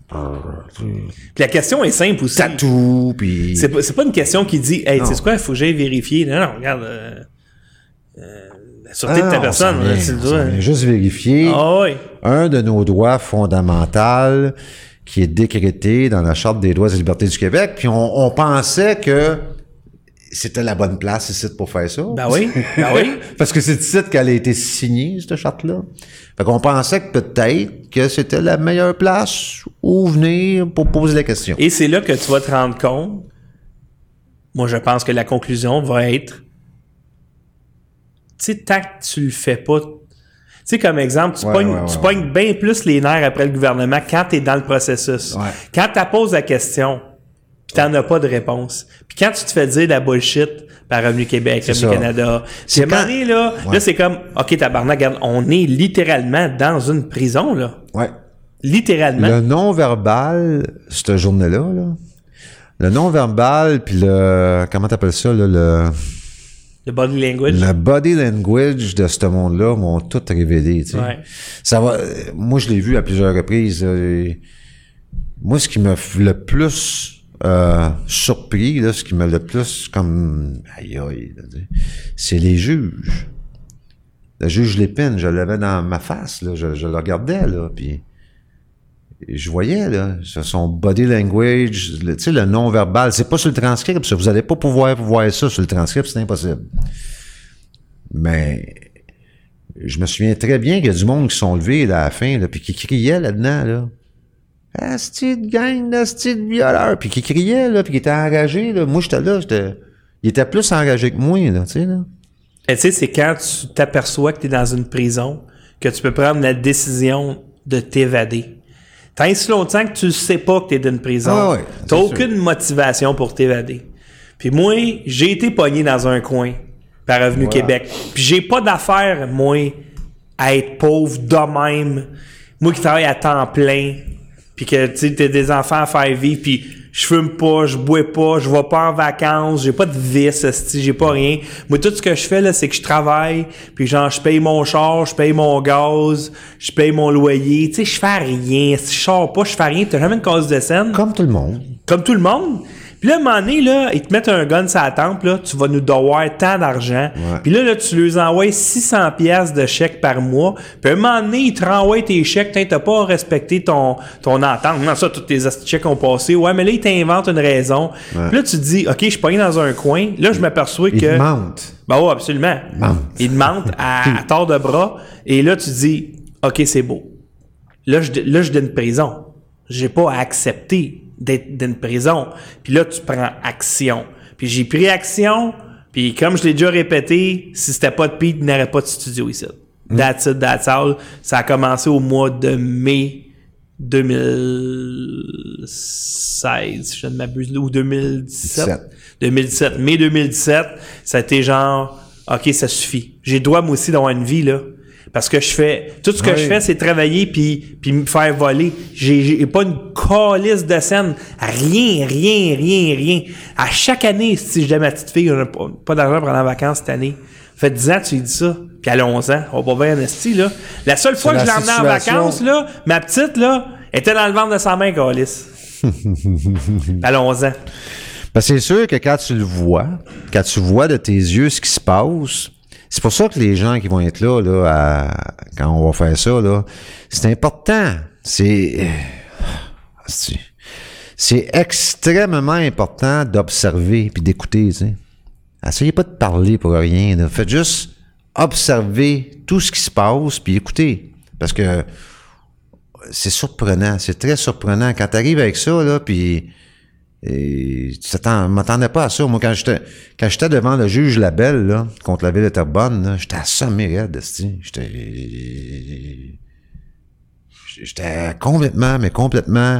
Puis la question est simple aussi. Tatou, puis... C'est pas, c'est pas une question qui dit « Hey, tu sais quoi, il faut que j'aille vérifier. » Non, non, regarde... Euh, euh, la sûreté ah, de ta personne, vient, là, tu le dois. Vient juste vérifier Ah oui. un de nos droits fondamentaux qui est décrété dans la Charte des droits et libertés du Québec, puis on, on pensait que c'était la bonne place ici pour faire ça. Ben oui, ben oui. Parce que c'est ici qu'elle a été signée, cette charte-là. Fait qu'on pensait que peut-être que c'était la meilleure place où venir pour poser la question. Et c'est là que tu vas te rendre compte. Moi, je pense que la conclusion va être, tu sais, tant que tu le fais pas, tu sais, comme exemple, tu ouais, pognes, ouais, ouais, tu ouais. pognes bien plus les nerfs après le gouvernement quand tu es dans le processus. Ouais. Quand tu poses la question, puis t'en as pas de réponse. Puis quand tu te fais dire de la bullshit par Revenu Québec, C'est Revenu ça. Canada, C'est c'est à un moment donné, là, Ouais. là, c'est comme, OK, tabarnak, regarde, on est littéralement dans une prison, là. Ouais. Littéralement. Le non-verbal, cette journée-là, là, le non-verbal, puis le... Comment t'appelles ça, là, le... Le body language. Le body language de ce monde-là m'ont tout révélé, tu sais. Ouais. Ça va... Moi, je l'ai vu à plusieurs reprises. euh, Moi, ce qui m'a f- le plus... Euh, surpris, là, ce qui m'a le plus comme aïe aïe, là, c'est les juges. Le juge Lépine, je l'avais dans ma face, là, je, je le regardais, là, puis je voyais, là, son body language, tu sais, le non-verbal, c'est pas sur le transcript, ça, vous allez pas pouvoir voir ça sur le transcript, c'est impossible. Mais je me souviens très bien qu'il y a du monde qui sont levés là, à la fin, là, puis qui criaient là-dedans, là. Asti de gang, asti de violeur. Puis qui criait, là, puis qui était enragé, là. Moi, j'étais là, j'étais... Il était plus enragé que moi, là, tu sais, là. Et tu sais, c'est quand tu t'aperçois que tu es dans une prison que tu peux prendre la décision de t'évader. Tant si longtemps que tu ne sais pas que tu es dans une prison, Ah ouais, tu n'as c'est aucune sûr. motivation pour t'évader. Puis moi, j'ai été pogné dans un coin par Revenu Voilà. Québec. Puis j'ai pas d'affaire, moi, à être pauvre de même. Moi qui travaille à temps plein, puis que tu sais, t'as des enfants à faire vivre, puis je fume pas, je bois pas, je vais pas en vacances, j'ai pas de vice, esti, j'ai pas rien. Moi, tout ce que je fais, là, c'est que je travaille, puis genre, je paye mon char, je paye mon gaz, je paye mon loyer, tu sais, je fais rien. Si je sors pas, je fais rien, t'as jamais une cause de scène. Comme tout le monde. Comme tout le monde. Puis là, à un moment donné, là, ils te mettent un gun sur la tempe, là, tu vas nous devoir tant d'argent. Ouais. Puis là, là, tu leur envoies six cents piastres de chèques par mois. Puis à un moment donné, ils te renvoient tes chèques. T'as t'as pas respecté ton, ton entente. Non, ça, tous tes asti chèques ont passé. Ouais, mais là, ils t'inventent une raison. Ouais. Puis là, tu te dis, OK, je suis pogné dans un coin. Là, je m'aperçois Il que... te mentent. Ben ouais, absolument. Ils mentent. Ils te mentent à, à tort de bras. Et là, tu te dis, OK, c'est beau. Là, je, là, je donne une prison. J'ai pas à accepter d'être dans une prison. Puis là, tu prends action. Puis j'ai pris action, puis comme je l'ai déjà répété, si c'était pas de Pete, il n'y aurait pas de studio ici. Mm. That's it, that's all. Ça a commencé au mois de mai deux mille seize, si je ne m'abuse, ou deux mille dix-sept. dix-sept. deux mille dix-sept. Mai deux mille dix-sept, ça a été genre, OK, ça suffit. J'ai le droit, moi aussi, d'avoir une vie, là. Parce que je fais... Tout ce que Oui. je fais, c'est travailler puis, puis me faire voler. J'ai, j'ai pas une calice de scène. Rien, rien, rien, rien. À chaque année, si je dis à ma petite fille, on n'a pas, pas d'argent pour aller en vacances cette année. Ça fait dix ans que tu lui dis ça. Puis elle a onze ans. On va pas bien en esti, là. La seule fois que C'est je la l'ai emmenée en situation. vacances, là, ma petite, là, était dans le ventre de sa main, calice. Elle a onze ans. Ben, c'est sûr que quand tu le vois, quand tu vois de tes yeux ce qui se passe, c'est pour ça que les gens qui vont être là, là, à- quand on va faire ça, là, c'est important. C'est, c'est, c'est extrêmement important d'observer puis d'écouter, tu sais. Essayez pas de parler pour rien, là. Faites juste observer tout ce qui se passe puis écouter. Parce que c'est surprenant, c'est très surprenant. Quand tu arrives avec ça, là, puis et tu t'attends, m'attendais pas à ça. Moi, quand j'étais, quand j'étais devant le juge Labelle, là, contre la ville de Terrebonne, là, j'étais assommé raide, esti. J'étais, j'étais complètement, mais complètement,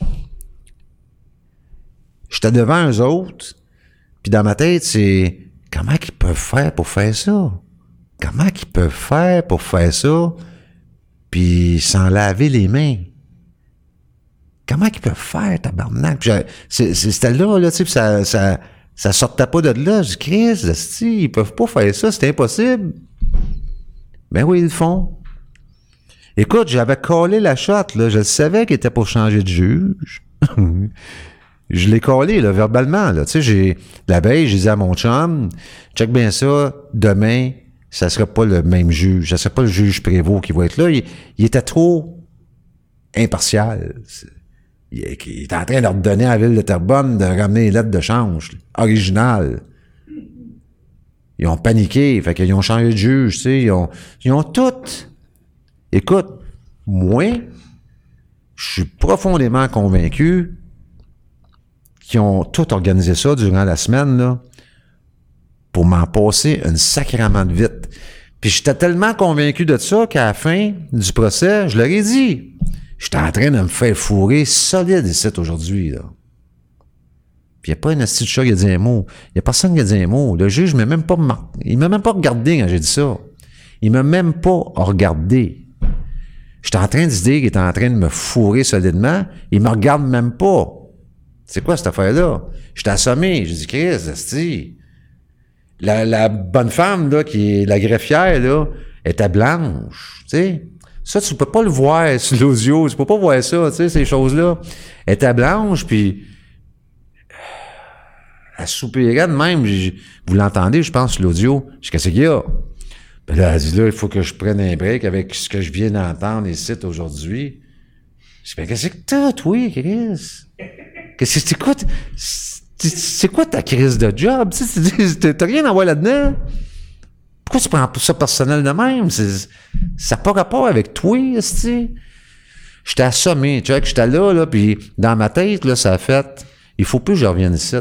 j'étais devant eux autres, puis dans ma tête, c'est, comment qu'ils peuvent faire pour faire ça? Comment qu'ils peuvent faire pour faire ça, puis s'en laver les mains? Comment qu'ils peuvent faire, tabarnak? Puis c'est, c'est, c'était là, là, tu sais, puis ça, ça, ça sortait pas de là. Je dis, Chris, esti, ils peuvent pas faire ça, c'est impossible. Ben oui, ils le font. Écoute, j'avais collé la shot, là. Je le savais qu'il était pour changer de juge. Je l'ai collé, là, verbalement, là. Tu sais, j'ai, la veille, j'ai dit à mon chum, check bien ça, demain, ça serait pas le même juge. Ça serait pas le juge Prévost qui va être là. Il, il était trop impartial. Il, il était en train de redonner à la ville de Terrebonne de ramener les lettres de change, originales. Ils ont paniqué, fait qu'ils ont changé de juge, tu sais, ils ont, ils ont tout. Écoute, moi, je suis profondément convaincu qu'ils ont tout organisé ça durant la semaine, là, pour m'en passer une sacrément de vite. Puis j'étais tellement convaincu de ça qu'à la fin du procès, je leur ai dit, j'étais en train de me faire fourrer solide ici aujourd'hui, là. Puis il n'y a pas un asti de chat qui a dit un mot. Il n'y a personne qui a dit un mot. Le juge ne m'a même pas mar- il m'a même pas regardé quand j'ai dit ça. Il m'a même pas regardé. J'étais en train de se dire qu'il était en train de me fourrer solidement. Il me regarde même pas. C'est quoi cette affaire-là? J'étais assommé. J'ai dit, Chris, asti. La, la bonne femme, là, qui est la greffière, là, était blanche. Tu sais? Ça, tu peux pas le voir sur l'audio. Tu peux pas voir ça, tu sais, ces choses-là. Elle était blanche, puis elle soupirait de même. Vous l'entendez, je pense, sur l'audio. Je dis, qu'est-ce qu'il y a? Ben là, elle dit, là, il faut que je prenne un break avec ce que je viens d'entendre ici aujourd'hui. Je dis, ben, qu'est-ce que t'as, toi, Chris? Qu'est-ce que c'est quoi? C'est quoi ta crise de job? T'as rien à voir là-dedans? Pourquoi tu prends ça personnel de même? C'est, ça n'a pas rapport avec toi, c'ti. J'étais assommé, tu vois, que j'étais là, là, puis dans ma tête, là, ça a fait, il faut plus que je revienne ici.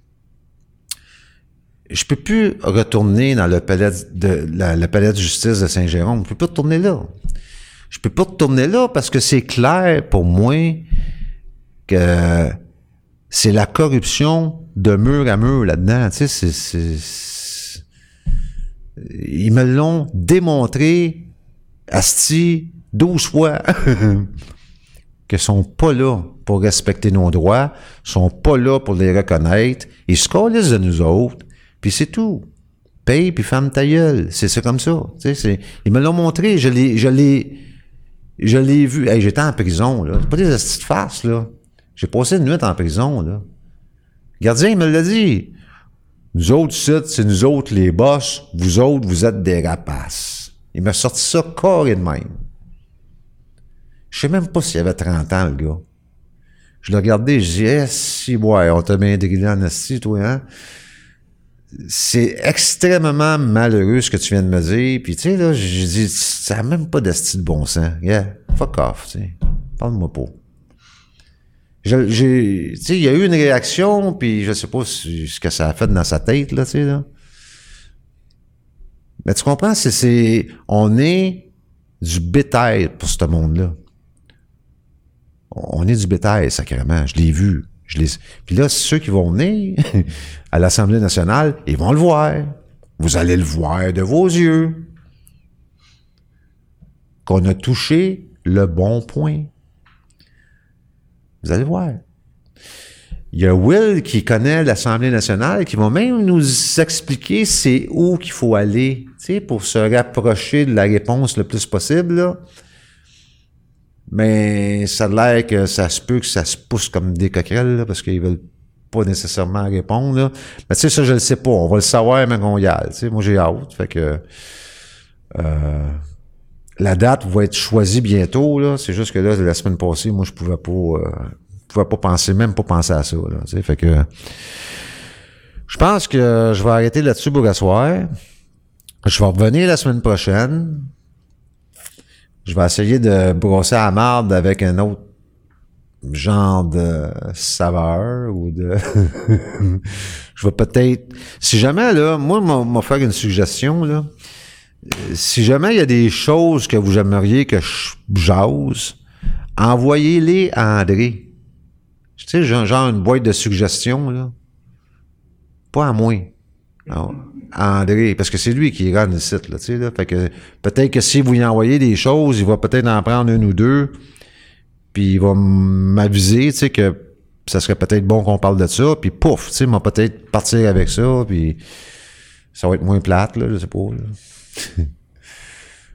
Je peux plus retourner dans le palais de, la, le palais de justice de Saint-Jérôme. Je peux plus retourner là. Je peux pas retourner là parce que c'est clair pour moi que c'est la corruption de mur à mur là-dedans. Tu sais, c'est, c'est, c'est... Ils me l'ont démontré, asti, douze fois, qu'ils sont pas là pour respecter nos droits, sont pas là pour les reconnaître, ils se calissent de nous autres, puis c'est tout. Paye puis ferme ta gueule. C'est ça comme ça. Tu sais, c'est... Ils me l'ont montré, je l'ai, je l'ai, je l'ai vu. Hey, j'étais en prison, là. C'est pas des astis de farce, là. J'ai passé une nuit en prison, là. Le gardien, il me l'a dit. Nous autres, c'est nous autres les boss. Vous autres, vous êtes des rapaces. Il m'a sorti ça carré de même. Je sais même pas s'il avait trente ans, le gars. Je l'ai regardé, je dis, eh, si, ouais, on t'a bien drillé en asti, toi, hein? C'est extrêmement malheureux ce que tu viens de me dire. Puis, tu sais, là, j'ai dit, ça n'a même pas d'asti de bon sens. Yeah, fuck off, tu sais. Parle-moi pas. Je, j'ai, tu sais, il y a eu une réaction, puis je sais pas si, ce que ça a fait dans sa tête, là, tu sais, là. Mais tu comprends, c'est, c'est, on est du bétail pour ce monde-là. On est du bétail, sacrément. Je l'ai vu. Je l'ai... Puis là, ceux qui vont venir à l'Assemblée nationale, ils vont le voir. Vous allez le voir de vos yeux. Qu'on a touché le bon point. Vous allez voir. Il y a Will qui connaît l'Assemblée nationale qui va même nous expliquer c'est où qu'il faut aller, tu sais, pour se rapprocher de la réponse le plus possible, là. Mais ça a l'air que ça se peut que ça se pousse comme des coquerelles, là, parce qu'ils veulent pas nécessairement répondre, là. Mais tu sais, ça, je le sais pas. On va le savoir même qu'on y aille, tu sais. Moi, j'ai hâte. Fait que euh, la date va être choisie bientôt, là. C'est juste que là, la semaine passée, moi, je pouvais pas euh, je pouvais pas penser, même pas penser à ça, là. Tu sais, fait que je pense que je vais arrêter là-dessus pour asseoir. Je vais revenir la semaine prochaine. Je vais essayer de brosser à la marde avec un autre genre de saveur ou de... je vais peut-être... Si jamais, là, moi, m'a faire une suggestion, là. Si jamais il y a des choses que vous aimeriez que je jase, envoyez-les à André. Tu sais, genre, genre une boîte de suggestions, là. Pas à moi. Non. André, parce que c'est lui qui rend le site, là, tu sais, là. Fait que peut-être que si vous y envoyez des choses, il va peut-être en prendre une ou deux, puis il va m'aviser, tu sais, que ça serait peut-être bon qu'on parle de ça, puis pouf, tu sais, il va peut-être partir avec ça, puis ça va être moins plate, là, je sais pas, là.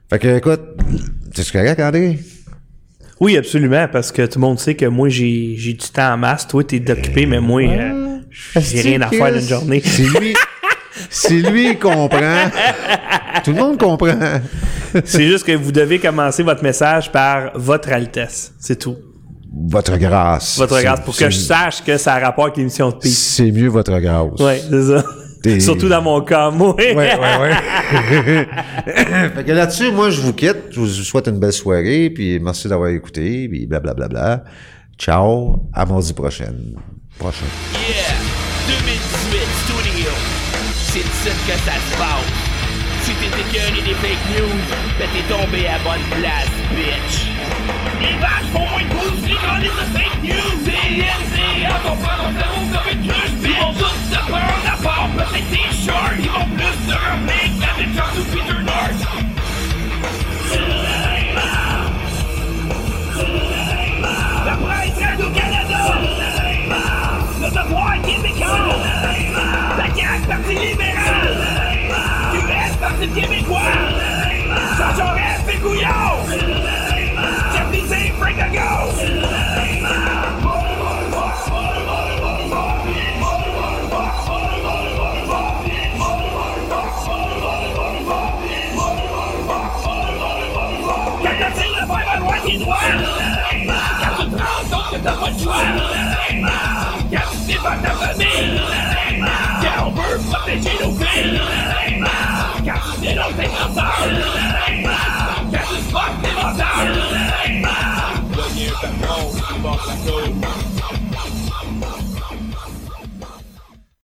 Fait que, écoute, c'est correct, André? Oui, absolument, parce que tout le monde sait que moi, j'ai, j'ai du temps en masse. Toi, t'es occupé, mais moi, euh, j'ai rien à faire d'une journée. C'est lui... Si lui comprend, tout le monde comprend. C'est juste que vous devez commencer votre message par « Votre Altesse ». C'est tout. Votre grâce. Votre grâce, pour que je sache que ça a rapport avec l'émission de Pete. C'est mieux votre grâce. Oui, c'est ça. T'es... Surtout dans mon cas, moi. Oui, oui, oui. Fait que là-dessus, moi, je vous quitte. Je vous souhaite une belle soirée, puis merci d'avoir écouté, puis blablabla. Bla, bla, bla. Ciao, à mardi prochaine. Prochain. Yeah, deux mille dix-huit Studio. C'est ici que ça se passe. Si t'es écœuré des fake news, ben t'es tombé à bonne place, bitch. Les vaches font moins de pouces, les grandes de fake news. C N C A, ton frère, ton cerveau comme une cruche, bitch. Ils vont tous se prendre à part, peut-être des shorts. Ils vont plus se remplir que la Richard ou Peter North. La presse Radio-Canada, le devoir québécois, la C A Q, Parti libéral, Q S, Parti québécois, Jean Jaurès, Pécouillon, Jeff Lisée, Frank Legault. Quand t'essayes de faire valoir tes droits, quand tu te rends compte que t'as pas le choix, quand tu défends ta famille, quand on veut protéger nos filles, quand tu dénonces tes menteurs, quand tu fuck tes menteurs. Devenir patron, tu manques la cause.